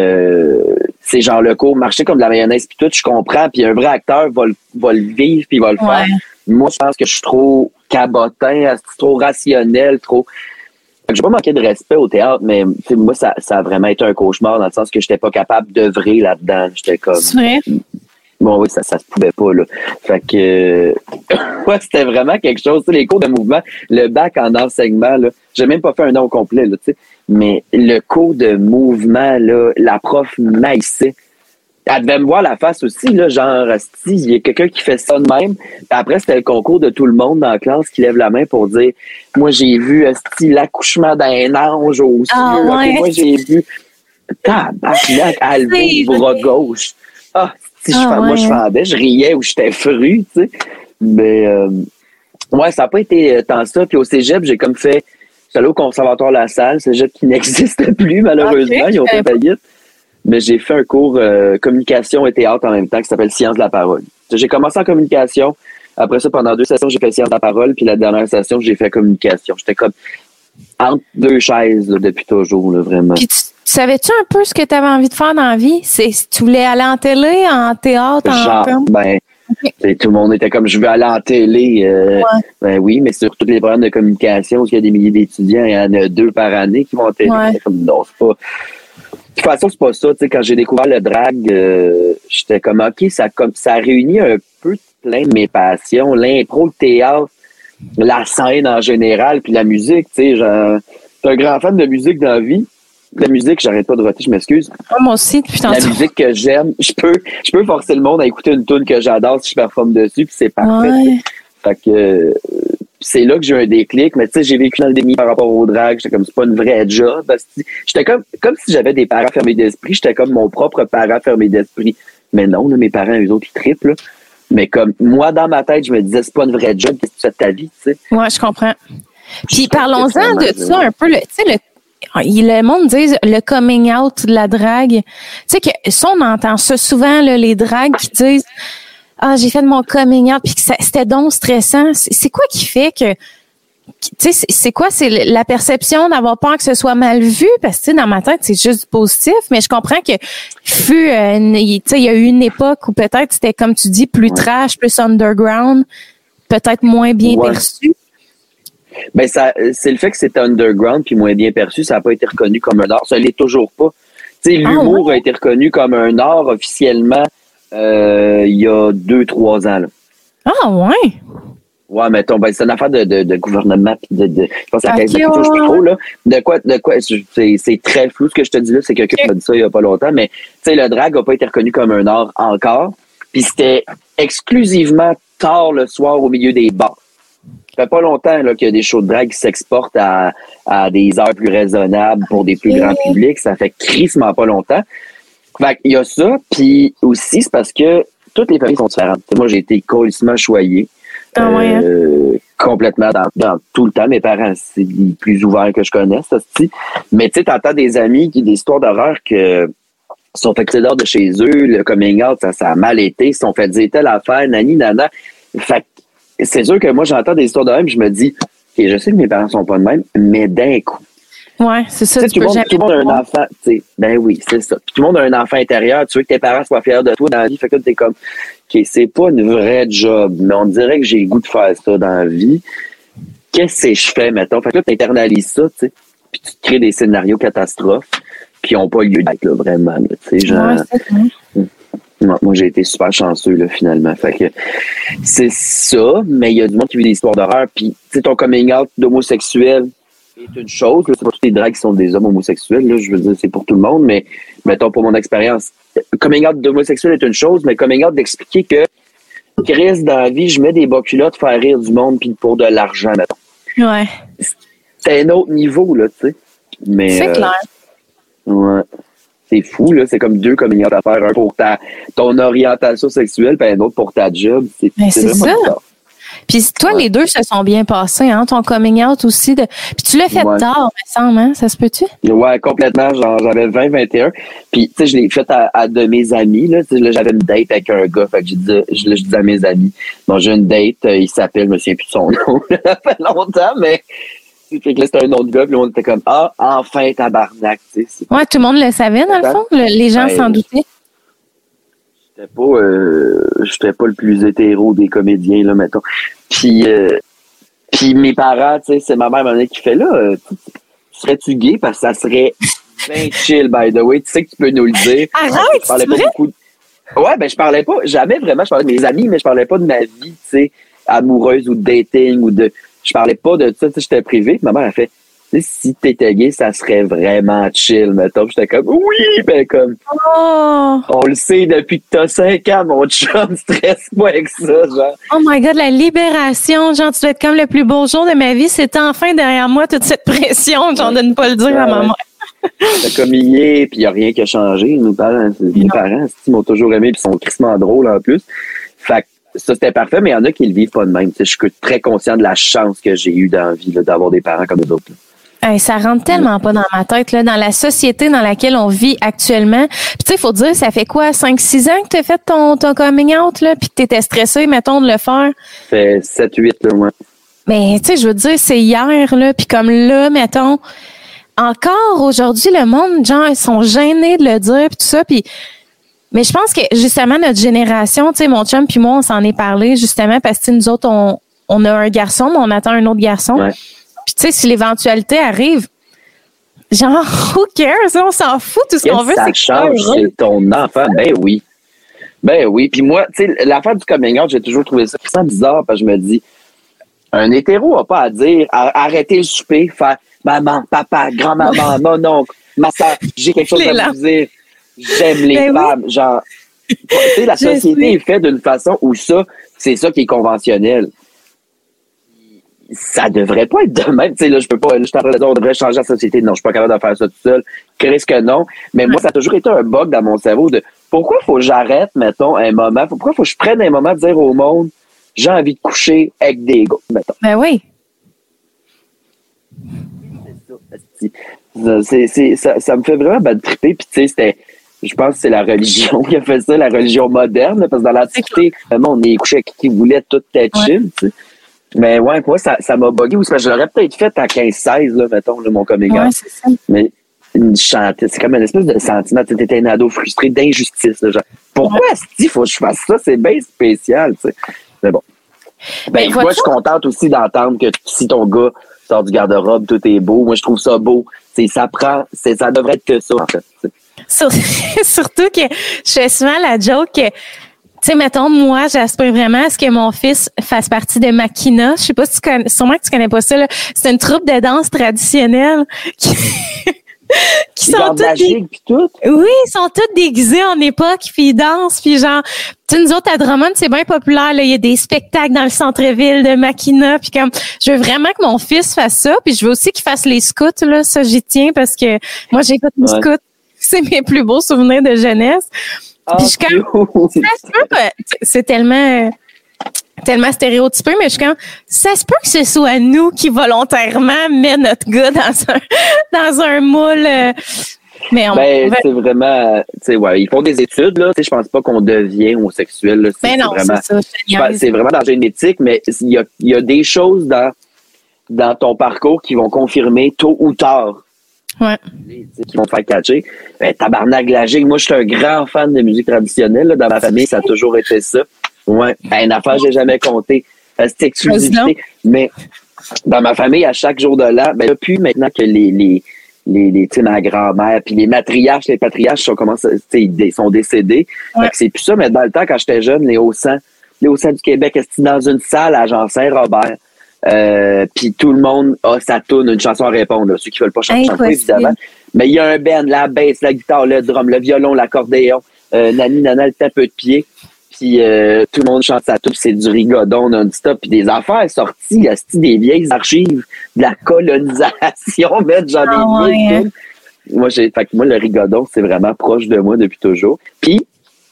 Euh, c'est genre le cours, marcher comme de la mayonnaise puis tout, je comprends. Puis un vrai acteur va le, va le vivre puis il va le faire. Ouais. Moi, je pense que je suis trop cabotin, trop rationnel, trop... Fait que j'ai pas manqué de respect au théâtre, mais tu sais, moi, ça, ça a vraiment été un cauchemar dans le sens que j'étais pas capable d'œuvrer là-dedans. J'étais comme... C'est vrai? Bon, oui, ça, ça se pouvait pas, là. Fait que, euh, ouais, c'était vraiment quelque chose. Tu sais, les cours de mouvement, le bac en enseignement, là, j'ai même pas fait un an au complet, là, tu sais. Mais le cours de mouvement, là, la prof maïssait. Elle devait me voir la face aussi, là, genre, asti, il y a quelqu'un qui fait ça de même. Puis après, c'était le concours de tout le monde dans la classe qui lève la main pour dire, moi, j'ai vu, asti, l'accouchement d'un ange aux cieux. Ah, Ok, ouais. moi, j'ai vu, tabarnak, à lever le bras gauche. Ah, si je Ah, fais, moi, ouais. je fendais, je riais ou j'étais fru, tu sais. Mais, euh, ouais, ça n'a pas été euh, tant ça. Puis au cégep, j'ai comme fait, j'étais allé au Conservatoire La Salle, cégep qui n'existe plus, malheureusement. Ok, Ils ont fait euh, faillite. Mais j'ai fait un cours euh, communication et théâtre en même temps qui s'appelle Sciences de la parole. J'ai commencé en communication. Après ça, pendant deux sessions, j'ai fait Sciences de la parole. Puis la dernière session, j'ai fait communication. J'étais comme entre deux chaises là, depuis toujours, là, vraiment. Puis tu, savais-tu un peu ce que tu avais envie de faire dans la vie? C'est, si tu voulais aller en télé, en théâtre, en Genre, film? ben, Ok. t'sais, tout le monde était comme, je veux aller en télé. Euh, Ouais. Ben oui, mais sur tous les programmes de communication, où il y a des milliers d'étudiants, il y en a deux par année qui vont en télé. Ouais. J'étais comme, non, c'est pas... De toute façon, c'est pas ça. Tu sais, quand j'ai découvert le drag, euh, j'étais comme, OK, ça, comme, ça réunit un peu plein de mes passions. L'impro, le théâtre, la scène en général, puis la musique, tu sais, genre, je suis un grand fan de musique dans la vie. La musique, j'arrête pas de voter, je m'excuse. Ah, moi aussi, depuis La tantôt. musique que j'aime, je peux, je peux forcer le monde à écouter une tune que j'adore si je performe dessus, puis c'est parfait. Ouais. Fait que euh, c'est là que j'ai eu un déclic, mais tu sais, j'ai vécu dans le déni par rapport au drag, j'étais comme, c'est pas une vraie job. Parce que j'étais comme, comme si j'avais des parents fermés d'esprit, j'étais comme mon propre parent fermé d'esprit. Mais non, là, mes parents, eux autres, ils triplent, là. Mais comme, moi, dans ma tête, je me disais, c'est pas une vraie job, qu'est-ce que tu fais de ta vie, tu sais. Ouais, je comprends. Puis Je parlons-en trouve que de c'est ça un peu, le, tu sais, le, il- le monde dit le coming out de la drague. Tu sais que ça, on entend ça souvent, là, les dragues qui disent ah, j'ai fait de mon coming out, puis que ça- c'était donc stressant. C'est c'est quoi qui fait que Tu sais, c'est quoi? C'est la perception d'avoir peur que ce soit mal vu? Parce que, tu sais, dans ma tête, c'est juste positif, mais je comprends que fut, euh, tu sais, il y a eu une époque où peut-être c'était, comme tu dis, plus ouais. trash, plus underground, peut-être moins bien ouais. perçu. Ben, ça, c'est le fait que c'est underground puis moins bien perçu, ça n'a pas été reconnu comme un art. Ça l'est toujours pas. Tu sais, l'humour ah, ouais. a été reconnu comme un art officiellement, euh, il y a deux, trois ans, là. Ah, ouais. Ouais, mettons, ben, c'est une affaire de, de, de gouvernement pis de, de, je pense à la caisse de touche plus trop, là. De quoi, de quoi, c'est, c'est très flou ce que je te dis là, c'est quelqu'un qui m'a dit ça il y a pas longtemps, mais, tu sais, le drag a pas été reconnu comme un art encore. Puis c'était exclusivement tard le soir au milieu des bars. Ça fait pas longtemps, là, qu'il y a des shows de drag qui s'exportent à, à des heures plus raisonnables pour des plus grands publics. Ça fait crissement pas longtemps. Fait qu'il y a ça, puis aussi, c'est parce que toutes les familles sont différentes. T'sais, moi, j'ai été colissement choyé. Ah ouais, euh, hein? Complètement dans, dans tout le temps. Mes parents, c'est les plus ouverts que je connaisse, ça se dit. Mais tu sais, t'entends des amis qui des histoires d'horreur que sont fait dehors de chez eux, le coming out, ça, ça a mal été, ils se sont fait dire telle affaire, nani, nana. Fait c'est sûr que moi, j'entends des histoires de même, je me dis, okay, je sais que mes parents sont pas de même, mais d'un coup. Ouais, c'est ça. Tu sais, tout, monde, tout le monde a un enfant, tu sais, ben oui, c'est ça. Puis tout le monde a un enfant intérieur, tu veux que tes parents soient fiers de toi dans la vie, fait que t'es comme, OK, c'est pas une vraie job, mais on dirait que j'ai le goût de faire ça dans la vie. Qu'est-ce que je fais, mettons? Fait que là, t'internalises ça, tu sais, puis tu te crées des scénarios catastrophes qui n'ont pas lieu d'être, là, vraiment, tu sais, genre... Ouais, c'est ça. Non, moi, j'ai été super chanceux, là, finalement. Fait que c'est ça, mais il y a du monde qui vit des histoires d'horreur, puis, tu sais, ton coming out d'homosexuel est une chose, là, c'est pas tous les drags qui sont des hommes homosexuels, là, je veux dire, c'est pour tout le monde, mais, mettons, pour mon expérience, coming out d'homosexuel est une chose, mais coming out d'expliquer que, Chris, dans la vie, je mets des bas culottes faire rire du monde, puis pour de l'argent, mettons. Ouais. C'est un autre niveau, là, tu sais. Mais, c'est euh, clair. Ouais. C'est fou, là. C'est comme deux coming out à faire. Un pour ta, ton orientation sexuelle, puis un autre pour ta job. C'est, ben, c'est, c'est ça. Bizarre. Puis toi, ouais. les deux se sont bien passés, hein? Ton coming out aussi. De... Puis tu l'as fait ouais. tard, me semble, hein? Ça se peut-tu? Ouais, complètement. Genre, j'avais vingt, vingt et un. Puis, tu sais, je l'ai fait à, à de mes amis, là. Tu sais, là, j'avais une date avec un gars. Fait que je disais, je, je disais à mes amis, bon, j'ai une date, euh, il s'appelle, je me souviens plus de son nom. Ça fait longtemps, mais... Fait que là, c'était un autre gars, puis on était comme, ah, enfin, tabarnak, tu sais. Ouais, tout le monde le savait, dans le fond. Le, les gens ben, s'en doutaient. J'étais pas, euh, j'étais pas le plus hétéro des comédiens, là, mettons. Puis, euh, puis mes parents, tu sais, c'est ma mère, ma qui fait là, euh, serais-tu gay? Parce que ça serait bien chill, by the way. Tu sais que tu peux nous le dire. Arrête, je parlais pas beaucoup de... Ouais, ben, je parlais pas, jamais vraiment, je parlais de mes amis, mais je parlais pas de ma vie, tu sais, amoureuse ou de dating ou de... Je parlais pas de ça, tu sais, j'étais privé. Ma mère a fait, tu sais, si t'étais gay, ça serait vraiment chill, mettons. J'étais comme, oui, ben comme, oh. on le sait depuis que t'as cinq ans, mon chum, stresse pas avec ça, genre. Oh my God, la libération, genre, tu dois être comme le plus beau jour de ma vie. C'est enfin derrière moi toute cette pression, genre, de ne pas le dire à ma mère. C'est comme il est, puis il n'y a rien qui a changé. Nos parents, mes parents, ils m'ont toujours aimé, puis ils sont crissement drôles en plus. Fait que, ça, c'était parfait, mais il y en a qui le vivent pas de même. T'sais, je suis très conscient de la chance que j'ai eue dans la vie là, d'avoir des parents comme les autres. Hey, ça rentre tellement pas dans ma tête, là, dans la société dans laquelle on vit actuellement. Puis tu sais, il faut dire, ça fait quoi, cinq six ans que tu as fait ton, ton coming out, là, puis que tu étais stressé, mettons, de le faire? Ça fait sept huit, là, moi. Mais tu sais, je veux dire, c'est hier, là, puis comme là, mettons, encore aujourd'hui, le monde, genre, ils sont gênés de le dire, puis tout ça, puis... Mais je pense que, justement, notre génération, tu sais, mon chum puis moi, on s'en est parlé, justement, parce que nous autres, on, on a un garçon, mais on attend un autre garçon. Ouais. Puis, tu sais, si l'éventualité arrive, genre, who cares? On s'en fout, tout ce qu'on veut, c'est que ça change, c'est ton enfant. Ben oui. Ben oui. Puis moi, tu sais, l'affaire du coming out, j'ai toujours trouvé ça bizarre, parce que je me dis, un hétéro n'a pas à dire, arrêtez le souper, faire maman, papa, grand-maman, mon oncle, ma soeur, j'ai quelque chose à vous dire. J'aime les ben femmes, oui. Genre, tu sais, la société est faite d'une façon où ça, c'est ça qui est conventionnel. Ça devrait pas être de même, tu sais, là, je peux pas, je suis en train de dire, on devrait changer la société. Non, je suis pas capable de faire ça tout seul. Qu'est-ce que non? Mais moi, ça a toujours été un bug dans mon cerveau de pourquoi faut que j'arrête, mettons, un moment, pourquoi faut que je prenne un moment de dire au monde, j'ai envie de coucher avec des gars, mettons. Ben oui. C'est ça, c'est, c'est, ça, ça me fait vraiment bad tripper, puis tu sais, c'était, je pense que c'est la religion qui a fait ça, la religion moderne, parce que dans l'Antiquité, vraiment, on est couché avec qui voulait tout être chill, tu sais. Mais ouais, moi, ça, ça m'a bugué aussi. Parce que je l'aurais peut-être fait à quinze seize, là, mettons, là, mon coming out. Ouais, c'est ça. Mais une chanteuse, c'est comme une espèce de sentiment. Tu étais un ado frustré d'injustice. Là, genre, pourquoi ouais. est-ce qu'il faut que je fasse ça? C'est bien spécial, tu sais. Mais bon. Ben, ben moi, je suis contente aussi d'entendre que si ton gars sort du garde-robe, tout est beau. Moi, je trouve ça beau. C'est, ça prend, c'est, ça devrait être que ça, en fait. Surtout que je fais souvent la joke que, tu sais, mettons, moi, j'aspire vraiment à ce que mon fils fasse partie de Makina. Je sais pas si tu connais, sûrement que tu connais pas ça, là. C'est une troupe de danse traditionnelle qui, qui sont toutes des... tout. Oui, ils sont toutes déguisés en époque, puis ils dansent, puis genre, tu sais, nous autres, à Drummond, c'est bien populaire, là. Il y a des spectacles dans le centre-ville de Makina, puis comme, je veux vraiment que mon fils fasse ça, puis je veux aussi qu'il fasse les scouts, là. Ça, j'y tiens, parce que moi, j'ai fait les ouais. scouts. C'est mes plus beaux souvenirs de jeunesse. Oh, puis je suis comme, ça se peut pas, c'est tellement, tellement stéréotypé, mais je suis comme, ça se peut que ce soit nous qui volontairement met notre gars dans un, dans un moule. Euh, mais on, ben, on va... c'est vraiment, tu sais, ouais, ils font des études, là. Tu sais, je pense pas qu'on devient homosexuel, là. C'est, ben non, c'est vraiment, c'est ça. C'est vraiment dans la génétique, mais il y a, il y a des choses dans, dans ton parcours qui vont confirmer tôt ou tard. Ouais. Qui vont te faire catcher. Ben, tabarnak, la gigue. Moi, je suis un grand fan de musique traditionnelle. Là. Dans ma famille, ça a toujours été ça. Ouais. Ben, une affaire, j'ai jamais compté. C'est exclusivité. Mais dans ma famille, à chaque jour de l'an, ben, depuis maintenant que les, les, les, les tu sais, ma grand-mère, puis les matriarches, les patriarches sont, commencent, ils sont décédés. Ouais. Fait que c'est plus ça, mais dans le temps, quand j'étais jeune, les Hauts-Sangs, les Hauts-Sangs du Québec, c'était dans une salle à Jean Saint-Robert. Euh, puis tout le monde a sa toune, une chanson à répondre, là, ceux qui veulent pas chanter, chanter évidemment. Mais il y a un band, la basse, la guitare, le drum, le violon, l'accordéon, euh, Nani, Nana, le tapeux de pied. Puis euh, tout le monde chante sa toune, c'est du rigodon non-stop. Puis des affaires sorties, il y a des vieilles archives de la colonisation, mais j'en ai ah, ouais, hein. Moi, j'ai, fait que moi, le rigodon, c'est vraiment proche de moi depuis toujours. Puis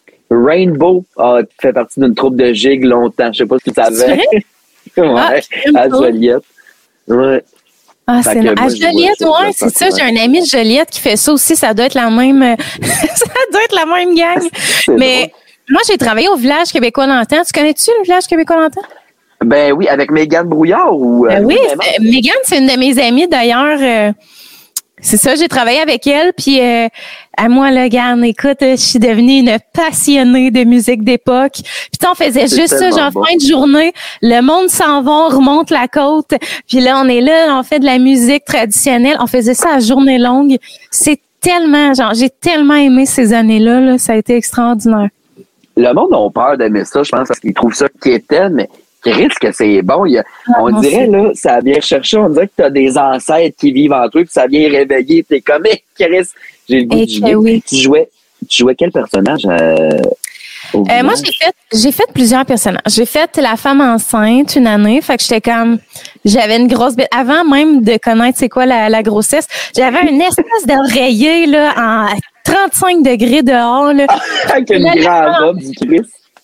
Rainbow a fait partie d'une troupe de gigs longtemps. Je sais pas si tu savais. Ouais, ah, à Joliette. Ouais. Ah, c'est à Joliette, ouais, c'est ça. J'ai un ami de Joliette qui fait ça aussi. Ça doit être la même, ça doit être la même gang. Mais drôle. Moi, j'ai travaillé au village québécois d'antan. Tu connais-tu le village québécois d'antan? Ben oui, avec Mégane Brouillard ou. Ben oui, Mégane, c'est une de mes amies d'ailleurs. Euh, C'est ça, j'ai travaillé avec elle, puis euh, à moi, là, regarde, écoute, je suis devenue une passionnée de musique d'époque. Puis on faisait c'est juste ça, genre bon. Fin de journée, le monde s'en va, on remonte la côte, puis là, on est là, on fait de la musique traditionnelle, on faisait ça à journée longue. C'est tellement, genre, j'ai tellement aimé ces années-là, là, ça a été extraordinaire. Le monde a peur d'aimer ça, je pense, parce qu'ils trouvent ça quétaine, mais Chris, que c'est bon. Il y a, ah, on dirait, là, ça vient chercher, on dirait que tu as des ancêtres qui vivent entre eux, puis ça vient réveiller. T'es comme, hey, Chris, j'ai le goût de jouer. Oui. Tu jouais, tu jouais quel personnage? Euh, euh, moi, j'ai fait, j'ai fait plusieurs personnages. J'ai fait la femme enceinte une année, fait que j'étais comme, j'avais une grosse bête. Avant même de connaître c'est quoi la, la grossesse, j'avais une espèce d'oreiller, là, en trente-cinq degrés dehors, là. Avec une grande robe du Chris.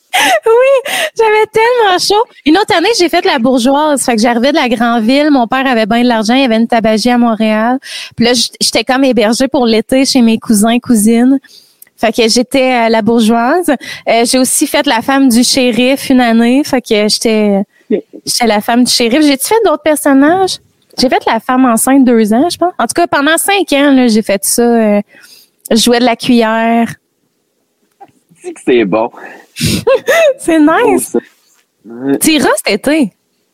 Oui, j'avais tellement chaud. Une autre année, j'ai fait la bourgeoise. Fait que j'arrivais de la grande ville. Mon père avait bien de l'argent. Il y avait une tabagie à Montréal. Puis là, j'étais comme hébergée pour l'été chez mes cousins, cousines. Fait que j'étais la bourgeoise. Euh, j'ai aussi fait la femme du shérif une année. Fait que j'étais, j'étais la femme du shérif. J'ai-tu fait d'autres personnages? J'ai fait la femme enceinte deux ans, je pense. En tout cas, pendant cinq ans, là, j'ai fait ça. Euh, je jouais de la cuillère. C'est bon. C'est nice. T'iras cet été.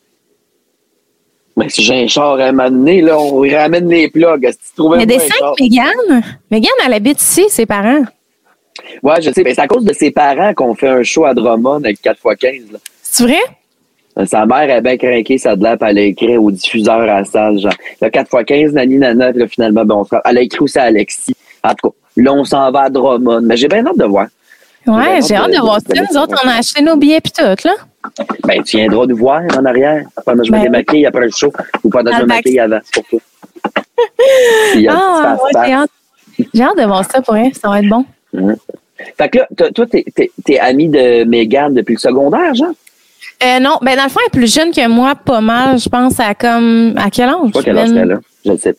Mais si j'ai un char à m'amener, là, on ramène les plugs. Si tu trouvais mais des cinq, Mégane. Mégane, elle habite ici, ses parents. Ouais, je sais. Mais c'est à cause de ses parents qu'on fait un show à Drummond avec quatre fois quinze. Là. C'est vrai? Sa mère est bien craquée, ça de l'air, puis elle a écrit au diffuseur à la salle, genre, là, quatre fois quinze, Nani, Nana, puis là, finalement, ben, on se... elle a écrit aussi à Alexis. En tout cas, là, on s'en va à Drummond. Mais j'ai bien hâte de voir. Ouais, j'ai hâte de, de voir ça. Nous autres, on a acheté nos billets pis tout, là. Ben, tu viendras nous voir en arrière pendant que je me ben, démaquille après le show ou pendant que je me maquille avant, c'est pour toi. Ah, ouais, j'ai hâte. J'ai hâte de voir ça pour elle, ça va être bon. Mmh. Fait que là, toi, t'es, t'es, t'es amie de Mégane depuis le secondaire, genre? Euh, non, ben dans le fond, elle est plus jeune que moi, pas mal, je pense, à comme... À quel âge? Je sais pas quel âge elle a, je ne sais pas.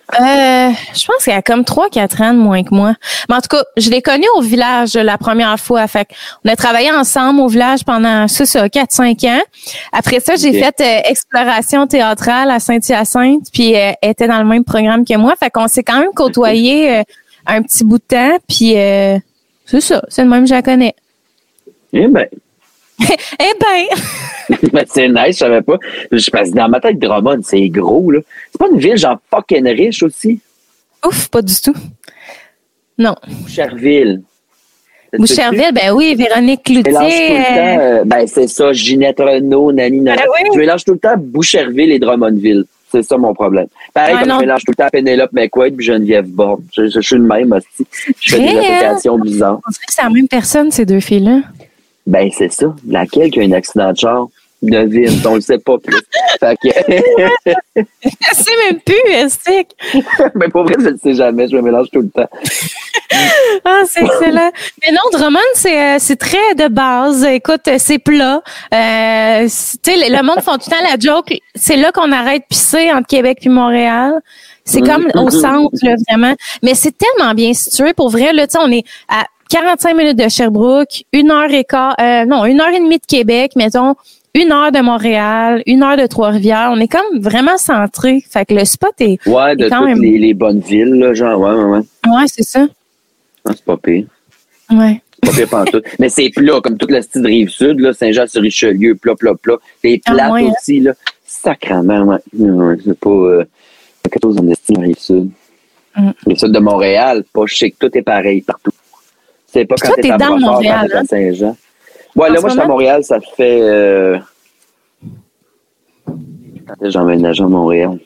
Euh, je pense qu'il y a comme trois, quatre ans de moins que moi. Mais en tout cas, je l'ai connu au village la première fois. Fait qu'on a travaillé ensemble au village pendant, ça, ça, quatre, cinq ans. Après ça, j'ai okay. fait euh, exploration théâtrale à Saint-Hyacinthe, puis euh, elle était dans le même programme que moi. Fait qu'on s'est quand même côtoyé euh, un petit bout de temps, puis euh, c'est ça, c'est le même, je la connais. Eh ben. eh ben! ben, c'est nice, je savais pas. Je pense dans ma tête, Drummond, c'est gros, là. C'est pas une ville genre fucking riche aussi? Ouf, pas du tout. Non. Boucherville. Boucherville, ben oui, Véronique Cloutier. Je mélange tout le temps, euh, ben c'est ça, Ginette Renault, Nani, Nani. Ah, oui. Je mélange tout le temps Boucherville et Drummondville. C'est ça mon problème. Pareil, ah, comme non. je mélange tout le temps Pénélope McQuaid et Geneviève Borne. Je, je, je suis le même aussi. Je fais des associations bizarres. On dirait que c'est la même personne, ces deux filles-là. Ben, c'est ça. Laquelle qui a un accident de char? Devine, on le sait pas plus. Fait que... je sais même plus, Estique. Mais pour vrai, je le sais jamais. Je me mélange tout le temps. ah, c'est excellent. Mais non, Drummond, c'est, c'est très de base. Écoute, c'est plat. Euh, tu sais, le monde font tout le temps la joke. C'est là qu'on arrête de pisser entre Québec puis Montréal. C'est comme au centre, là, vraiment. Mais c'est tellement bien situé. Pour vrai, là, tu sais, on est à quarante-cinq minutes de Sherbrooke, une heure et quart, euh, non, une heure et demie de Québec, mettons, une heure de Montréal, une heure de Trois-Rivières. On est comme vraiment centré. Fait que le spot est. Ouais, de est quand toutes même... les, les bonnes villes, là, genre, ouais, ouais, ouais. Ouais, c'est ça. Ah, c'est pas pire. Ouais. C'est pas pire pantoute. Mais c'est plat, comme toute la style de Rive-Sud, là, Saint-Jean-sur-Richelieu, plat, plat, plat. Les plates ah, ouais, aussi, hein? Là. Sacrement, ouais. ouais c'est pas, euh, quelque chose en estime Rive-Sud. Mm. Rive-Sud de Montréal, pas chic. Tout est pareil partout. C'est pas quand toi, t'es, t'es dans Montréal, à Saint-Jean. Ouais, là, moi, je suis à Montréal, ça fait... Euh... Quand j'ai emménagé à Montréal?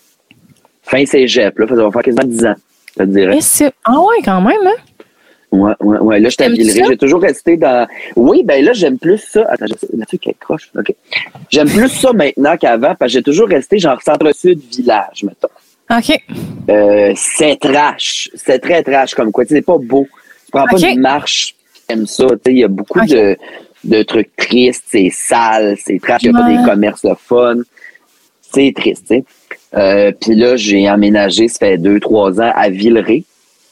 Fin cégep, là, ça va faire quasiment dix ans, je te dirais. Ah ouais, quand même, hein? Ouais, ouais, ouais. Là, je t'habillerai. J'ai toujours resté dans... Oui, ben là, j'aime plus ça. Attends, là-dessus, qu'elle croche. OK. J'aime plus ça maintenant qu'avant, parce que j'ai toujours resté genre centre-sud village, mettons. OK. Euh, c'est trash. C'est très trash, comme quoi. Tu sais, c'est pas beau. Tu prends okay. pas une marche, t'aimes ça. Tu sais, il y a beaucoup okay. de, de trucs tristes, c'est sale, c'est trash, il n'y a ouais. pas des commerces de fun. C'est triste, tu sais. Euh, puis là, j'ai emménagé, ça fait deux, trois ans, à Villeray,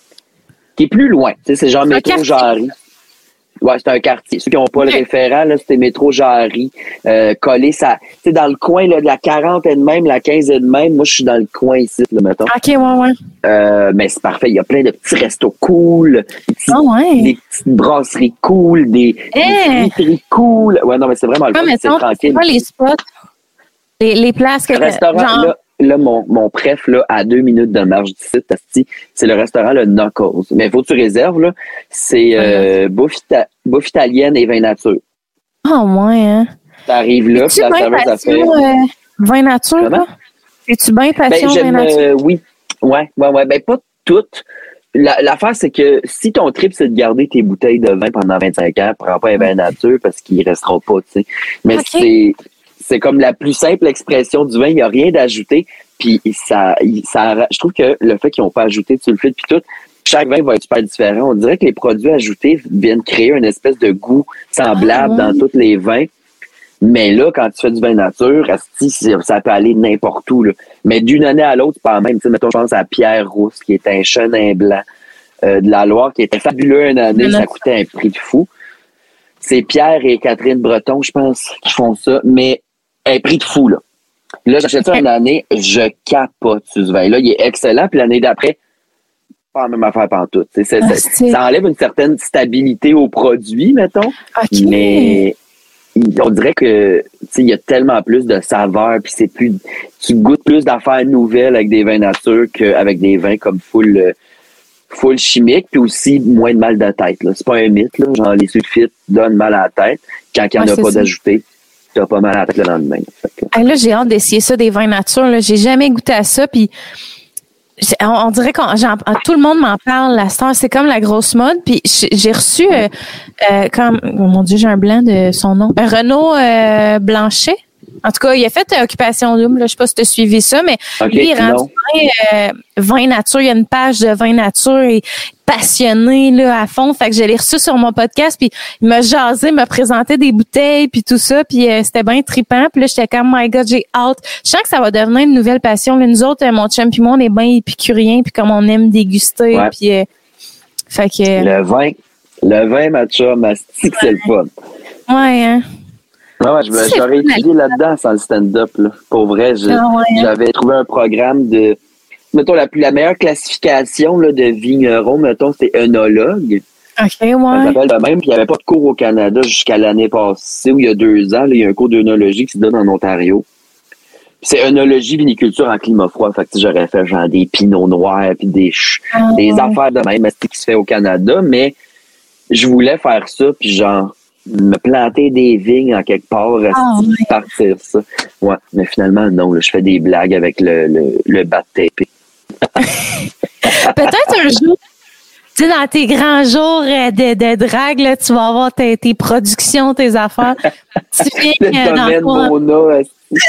qui est plus loin. Tu sais, c'est genre c'est métro Jarry. Ouais, c'est un quartier. Ceux qui n'ont pas okay. le référent, là, c'était métro Jarry. Euh, collé, ça. Tu sais, dans le coin, là, de la quarante et de même, la quinze et de même. Moi, je suis dans le coin ici, là, mettons. OK, ouais, ouais. Euh, mais c'est parfait. Il y a plein de petits restos cool. Des, petits, oh, ouais. des petites brasseries cool, des, hey. des friteries cool. Ouais, non, mais c'est vraiment le fun. C'est tranquille. C'est pas les spots, les, les places que le restaurant, genre... là, là, mon, mon préf, là, à deux minutes de marche du site, c'est le restaurant le Knuckles. Mais il faut que tu réserves, là. C'est euh, bouffe, ita- bouffe italienne et vin nature. Ah, oh, ouais, hein. T'arrives là, puis la serveuse, ça fait... Euh, vin nature, là? Es-tu bien passion ben, vin nature? Euh, oui. Ouais, ouais, ouais. Ben, pas toutes. La, l'affaire, c'est que si ton trip, c'est de garder tes bouteilles de vin pendant vingt-cinq ans, prends pas un vin nature parce qu'il ne restera pas, tu sais. Mais okay. c'est... C'est comme la plus simple expression du vin. Il n'y a rien d'ajouté. Puis ça, ça, je trouve que le fait qu'ils n'ont pas ajouté de sulfite puis tout, chaque vin va être super différent. On dirait que les produits ajoutés viennent créer une espèce de goût semblable ah, oui. dans tous les vins. Mais là, quand tu fais du vin nature, ça peut aller n'importe où. Là. Mais d'une année à l'autre, c'est pas la même. T'sais, mettons, je pense à Pierre Rousse, qui est un chenin blanc euh, de la Loire, qui était fabuleux une année. Ça coûtait un prix de fou. C'est Pierre et Catherine Breton, je pense, qui font ça. Mais un prix de fou, là. Là, j'achète ça une année, je capote sur ce vin-là. Il est excellent. Puis l'année d'après, pas la même affaire pantoute. C'est, c'est, ah, c'est... Ça enlève une certaine stabilité au produit, mettons. Okay. Mais on dirait que il y a tellement plus de saveur. Puis c'est plus. Tu goûtes plus d'affaires nouvelles avec des vins nature qu'avec des vins comme full, full chimique. Puis aussi moins de mal de tête. Là. C'est pas un mythe. Là. Genre, les sulfites donnent mal à la tête quand il n'y en ah, a pas ça. D'ajouté. Tu as pas mal à la tête le lendemain. Ah, là, j'ai hâte d'essayer ça, des vins nature. Là. J'ai jamais goûté à ça. Puis on, on dirait que tout le monde m'en parle. La star, c'est comme la grosse mode. Puis j'ai reçu, euh, euh, comme, oh mon Dieu, j'ai un blanc de son nom. Renaud euh, Blanchet. En tout cas, il a fait euh, Occupation Double. Je sais pas si tu as suivi ça, mais okay, lui, il est rendu euh, vin nature. Il y a une page de vin nature et passionné là, à fond. Fait que je l'ai reçu sur mon podcast, puis il m'a jasé, m'a présenté des bouteilles, puis tout ça, puis euh, c'était bien trippant. Puis là, j'étais comme, my God, j'ai hâte. Je sens que ça va devenir une nouvelle passion. Là, nous autres, euh, mon chum puis moi, on est bien épicuriens, puis comme on aime déguster, ouais. puis... Euh, fait que... Le vin, le vin, ma chum, ma stick, ouais. C'est le fun. Ouais, hein. Ouais, ouais, je me, j'aurais étudié là-dedans sans le stand-up, là. Pour vrai, je, ah ouais, hein. J'avais trouvé un programme de... Mettons, la, plus, la meilleure classification là, de vigneron, mettons, c'est œnologue. OK, ouais. Ça s'appelle de même, puis il n'y avait pas de cours au Canada jusqu'à l'année passée, où il y a deux ans, là, il y a un cours d'œnologie qui se donne en Ontario. Puis c'est œnologie, viniculture en climat froid. Fait que j'aurais fait genre des pinots noirs, puis des, ah des ouais. affaires de même, c'est qui se fait au Canada, mais je voulais faire ça, puis genre, me planter des vignes en quelque part, ah, ouais. partir ça. Ouais, mais finalement, non, là, je fais des blagues avec le, le, le bat tapé. Peut-être un jour, tu sais, dans tes grands jours de, de drague, là, tu vas avoir tes, tes productions, tes affaires. Tu viens euh, dans Mona,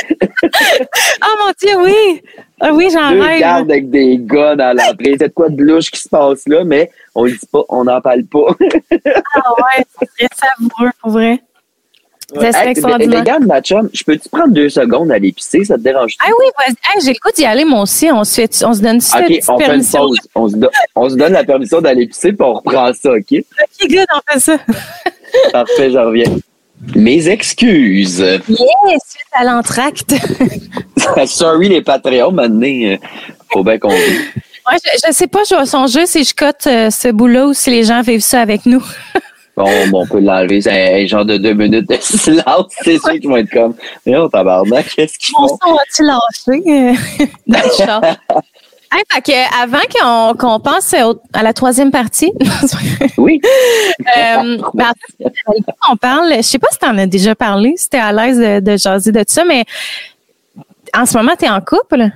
oh mon Dieu, oui! Ah oui, j'en rêve. Deux gardes avec des gars dans la presse. C'est de quoi de louche qui se passe là, mais on le dit pas, on n'en parle pas. Ah ouais, c'est très savoureux, pour vrai. Ouais. Hey, regarde, ma chum, je peux-tu prendre deux secondes à l'épicer? Ça te dérange-tu? Ah oui, vas-y. Hey, j'ai le goût d'y aller, moi aussi. On se, fait, on se donne une okay, on fait une pause. On se, do- on se donne la permission d'aller pisser, puis on reprend ça, OK? OK, good, on fait ça. Parfait, je reviens. Mes excuses. Yeah, suite à l'entracte. Sorry, les Patreons, maintenant, faut bien qu'on vive. Ouais, je, je sais pas, je vais songer si je cote euh, ce bout-là ou si les gens vivent ça avec nous. Bon, bon, on peut l'enlever. C'est un genre de deux minutes de silence. C'est sûr qu'ils vont être comme, mais oh, tabarnak, qu'est-ce qu'ils font? Mon son va-tu lâcher euh, dans le char? Hey, fait que avant qu'on, qu'on pense au, à la troisième partie. Oui. euh, ben, en fait, on parle, je sais pas si tu en as déjà parlé, si tu es à l'aise de, de jaser de tout ça, mais en ce moment, tu es en couple?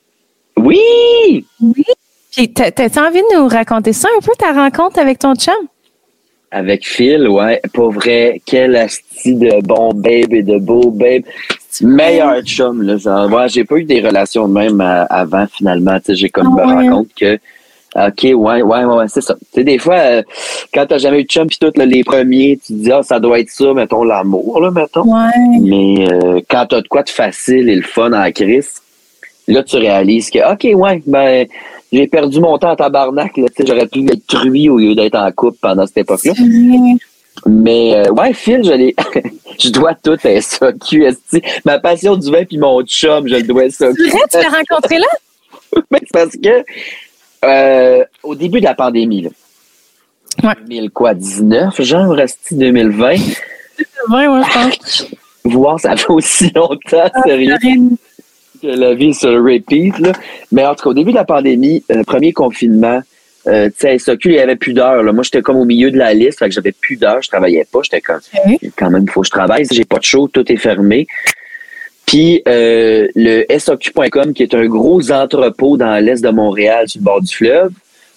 Oui! Oui. Puis, t'as, t'as envie de nous raconter ça un peu, ta rencontre avec ton chum? Avec Phil, ouais, pas vrai. Quel asti de bon babe et de beau babe. Meilleur chum, là. Genre, ouais, j'ai pas eu des relations de même à, avant, finalement. Tu sais, j'ai comme oh, me ouais. rends compte que, OK, ouais, ouais, ouais, c'est ça. Tu sais, des fois, euh, quand t'as jamais eu de chum pis tout, là, les premiers, tu te dis, ah, ça doit être ça, mettons, l'amour, là, mettons. Ouais. Mais, euh, quand t'as de quoi de facile et le fun en crise, là, tu réalises que, OK, ouais, ben, j'ai perdu mon temps en tabarnak, là. Tu sais, j'aurais pu être truie au lieu d'être en couple pendant cette époque-là. Mais, euh, ouais, Phil, je l'ai, je dois tout à S A Q, esti. Ma passion du vin puis mon chum, je le dois à S A Q. C'est vrai, tu l'as rencontré là? Mais c'est parce que, euh, au début de la pandémie, là. Ouais. deux mille dix-neuf, genre, resti deux mille vingt. deux mille vingt, ouais, je pense. Voir, ça fait aussi longtemps, ah, sérieux. Que la vie sur le repeat, là. Mais en tout cas, au début de la pandémie, euh, premier confinement, euh, tu sais, S A Q, il y avait plus d'heures, là. Moi, j'étais comme au milieu de la liste, fait que j'avais plus d'heures, je travaillais pas. J'étais comme, okay. Quand même, il faut que je travaille. J'ai pas de show, tout est fermé. Puis, euh, le S A Q point com, qui est un gros entrepôt dans l'est de Montréal, sur le bord du fleuve,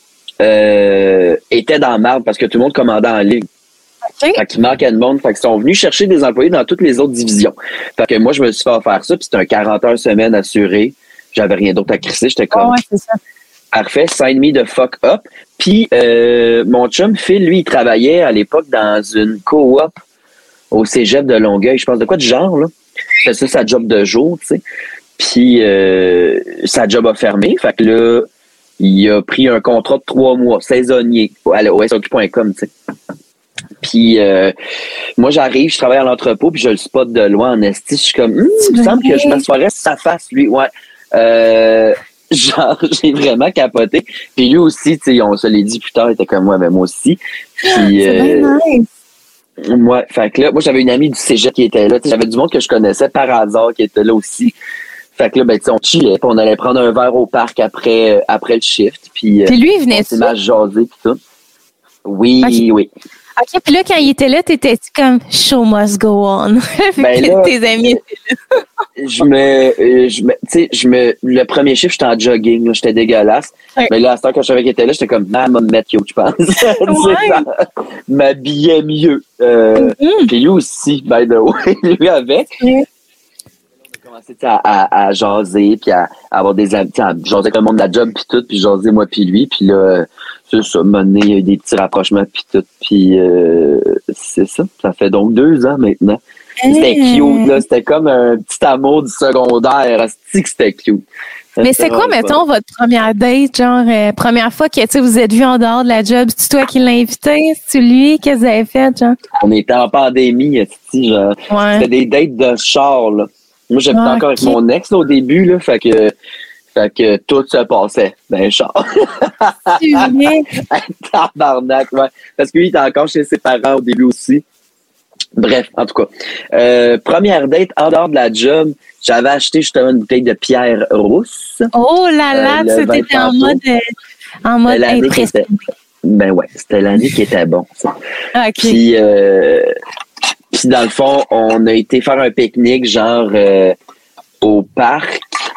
euh, était dans marde parce que tout le monde commandait en ligne. Okay. Fait qu'il manquait de monde. Fait qu'ils sont venus chercher des employés dans toutes les autres divisions. Fait que moi, je me suis fait faire ça, puis c'était un quarante heures semaine assuré. J'avais rien d'autre à crisser. J'étais comme, oh, ouais, c'est ça. Parfait, sign me de fuck up. Puis, euh, mon chum Phil, lui, il travaillait à l'époque dans une coop au cégep de Longueuil. Je pense de quoi de genre, là? C'est ça, sa job de jour, tu sais. Puis, euh, sa job a fermé. Fait que là, il a pris un contrat de trois mois, saisonnier, au S A Q point com, tu sais. Puis, euh, moi, j'arrive, je travaille à l'entrepôt, puis je le spot de loin en esti. Je suis comme, hm, il me semble que je m'assoirais sur sa face, lui. Ouais. Euh, genre, j'ai vraiment capoté. Puis lui aussi, tu sais, on se l'est dit plus tard, il était comme moi, mais moi aussi. Puis, c'est euh, nice. Ouais, fait que là, moi, j'avais une amie du cégep qui était là. J'avais du monde que je connaissais par hasard qui était là aussi. Fait que là, ben, tu sais, on chillait, puis on allait prendre un verre au parc après, euh, après le shift. Puis, puis lui, il venait on s'est mal jasé, puis tout. Oui, okay. oui. OK, puis là, quand il était là, t'étais-tu comme « Show must go on » ben là, tes amis étaient là. je me, je me, tu sais, je me, le premier chiffre, j'étais en jogging, là, j'étais dégueulasse. Ouais. Mais là, à ce temps, quand je savais qu'il était là, j'étais comme « Ah, m'a mettre yo, je pense. » Ouais. M'habillait mieux. Euh, mm-hmm. Puis lui aussi, by the way, lui avec. Mm-hmm. commencé à, à, à jaser, puis à, à avoir des amis, à jaser avec le monde de la job, puis tout, puis jaser moi, puis lui, puis là, c'est ça, mener, il y a eu des petits rapprochements, puis tout, puis euh, c'est ça, ça fait donc deux ans maintenant. Hey. C'était cute, là, c'était comme un petit amour du secondaire, c'est que c'était cute. Mais c'est quoi, mettons, votre première date, genre, euh, première fois que, tu sais, vous êtes vus en dehors de la job, c'est toi qui l'as invité, c'est lui, qu'est-ce que vous avez fait, genre? On était en pandémie, genre, ouais. C'était des dates de char, là. Moi, j'habitais ah, encore okay. avec mon ex, là, au début, là, fait que, fait que tout se passait dans le char. Tu viens? Tabarnak, ouais. Parce que lui, il était encore chez ses parents au début aussi. Bref, en tout cas. Euh, première date, en dehors de la job, j'avais acheté justement une bouteille de pierre rousse. Oh là là, euh, c'était en mode, euh, en mode impressionnant. Ben ouais, c'était l'année qui était bon. Ça. OK. Puis, euh, puis dans le fond, on a été faire un pique-nique, genre euh, au parc.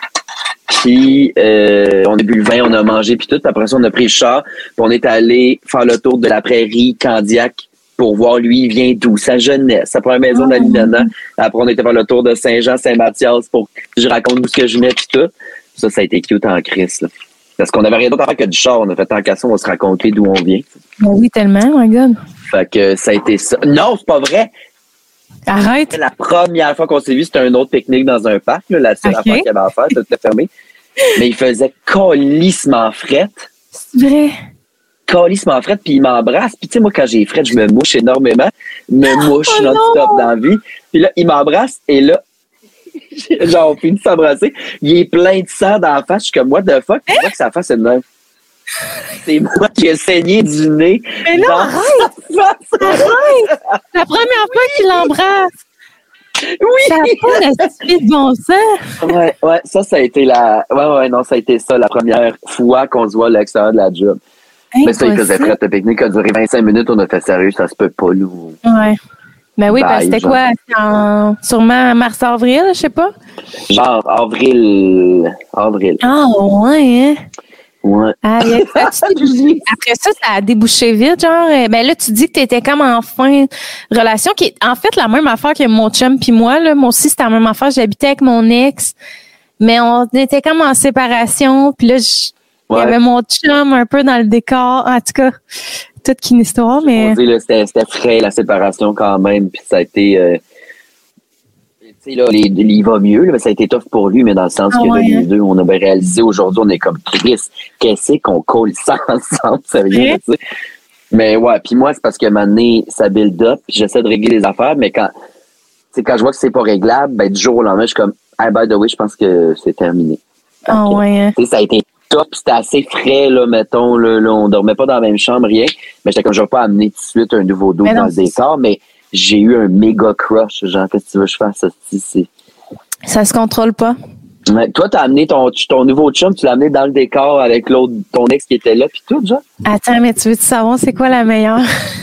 Puis euh, on a bu le vin, on a mangé, puis tout. Puis après ça, on a pris le char. Puis on est allé faire le tour de la prairie Candiac pour voir lui, il vient d'où, sa jeunesse, sa première maison oh. d'Alinana. Après, on était faire le tour de Saint-Jean, Saint-Mathias pour que je raconte où ce que je venais, puis tout. Ça, ça a été cute en crise, là. Parce qu'on avait rien d'autre à faire que du char. On a fait tant qu'à ça, on va se raconter d'où on vient. Ben oui, tellement, my God. Fait que ça a été ça. Non, c'est pas vrai! Arrête! La première fois qu'on s'est vu, c'était un autre pique-nique dans un parc, là, la seule okay. affaire qu'il y avait à faire, tout était fermé. Mais il faisait colissement frette. C'est vrai? Colissement frette, puis il m'embrasse. Puis tu sais, moi, quand j'ai frette, je me mouche énormément. Je me mouche oh non-stop dans la vie. Puis là, il m'embrasse, et là, genre, on finit de s'embrasser. Il est plein de sang dans la face. Je suis comme, what the fuck? Tu vois que sa face est de même. C'est moi qui ai saigné du nez. Mais non, arrête! Arrête! La première fois qu'il l'embrasse. Oui! Ça n'a pas la de bon sens. Ouais, ouais, ça, ça a été la. Ouais, ouais, non, ça a été ça la première fois qu'on se voit à l'extérieur de la job. Impossible. Mais ça, il faisait prêt. Le pique-nique a duré vingt-cinq minutes. On a fait sérieux, ça se peut pas, nous. Ouais. Ben oui, parce que c'était genre. Quoi? C'était en, sûrement mars-avril, je sais pas? Genre avril. Avril. Ah, ouais, hein? Ouais. Ah, après ça, ça a débouché vite, genre. Ben là, tu dis que t'étais comme en fin de relation, qui est en fait la même affaire que mon chum puis moi, là. Moi aussi, c'était la même affaire. J'habitais avec mon ex, mais on était comme en séparation. Puis là, je, ouais. il y avait mon chum un peu dans le décor. En tout cas, toute qu'une histoire, mais... Dit, là, c'était, c'était frais, la séparation, quand même. Puis ça a été... Euh... Tu sais, là, les, les, il va mieux, là, mais ça a été tough pour lui, mais dans le sens ah, que ouais, là, les deux, on a bien réalisé aujourd'hui, on est comme triste. Qu'est-ce qu'on colle ça ensemble, sérieux, tu sais. Mais ouais, puis moi, c'est parce que maintenant, ça build up, puis j'essaie de régler les affaires, mais quand, tu sais, quand je vois que c'est pas réglable, ben, du jour au lendemain, je suis comme, hey, by the way, je pense que c'est terminé. Ah, oh, ouais. Tu sais, ça a été top, c'était assez frais, là, mettons, là, là, on dormait pas dans la même chambre, rien, mais j'étais comme, je vais pas amener tout de suite un nouveau dos dans le décor, mais j'ai eu un méga crush, genre, qu'est-ce que tu veux que je fasse, ça, c'est... Ça se contrôle pas. Ouais, toi, t'as amené ton, ton nouveau chum, tu l'as amené dans le décor avec l'autre, ton ex qui était là, puis tout, genre? Attends, mais tu veux-tu savoir c'est quoi la meilleure?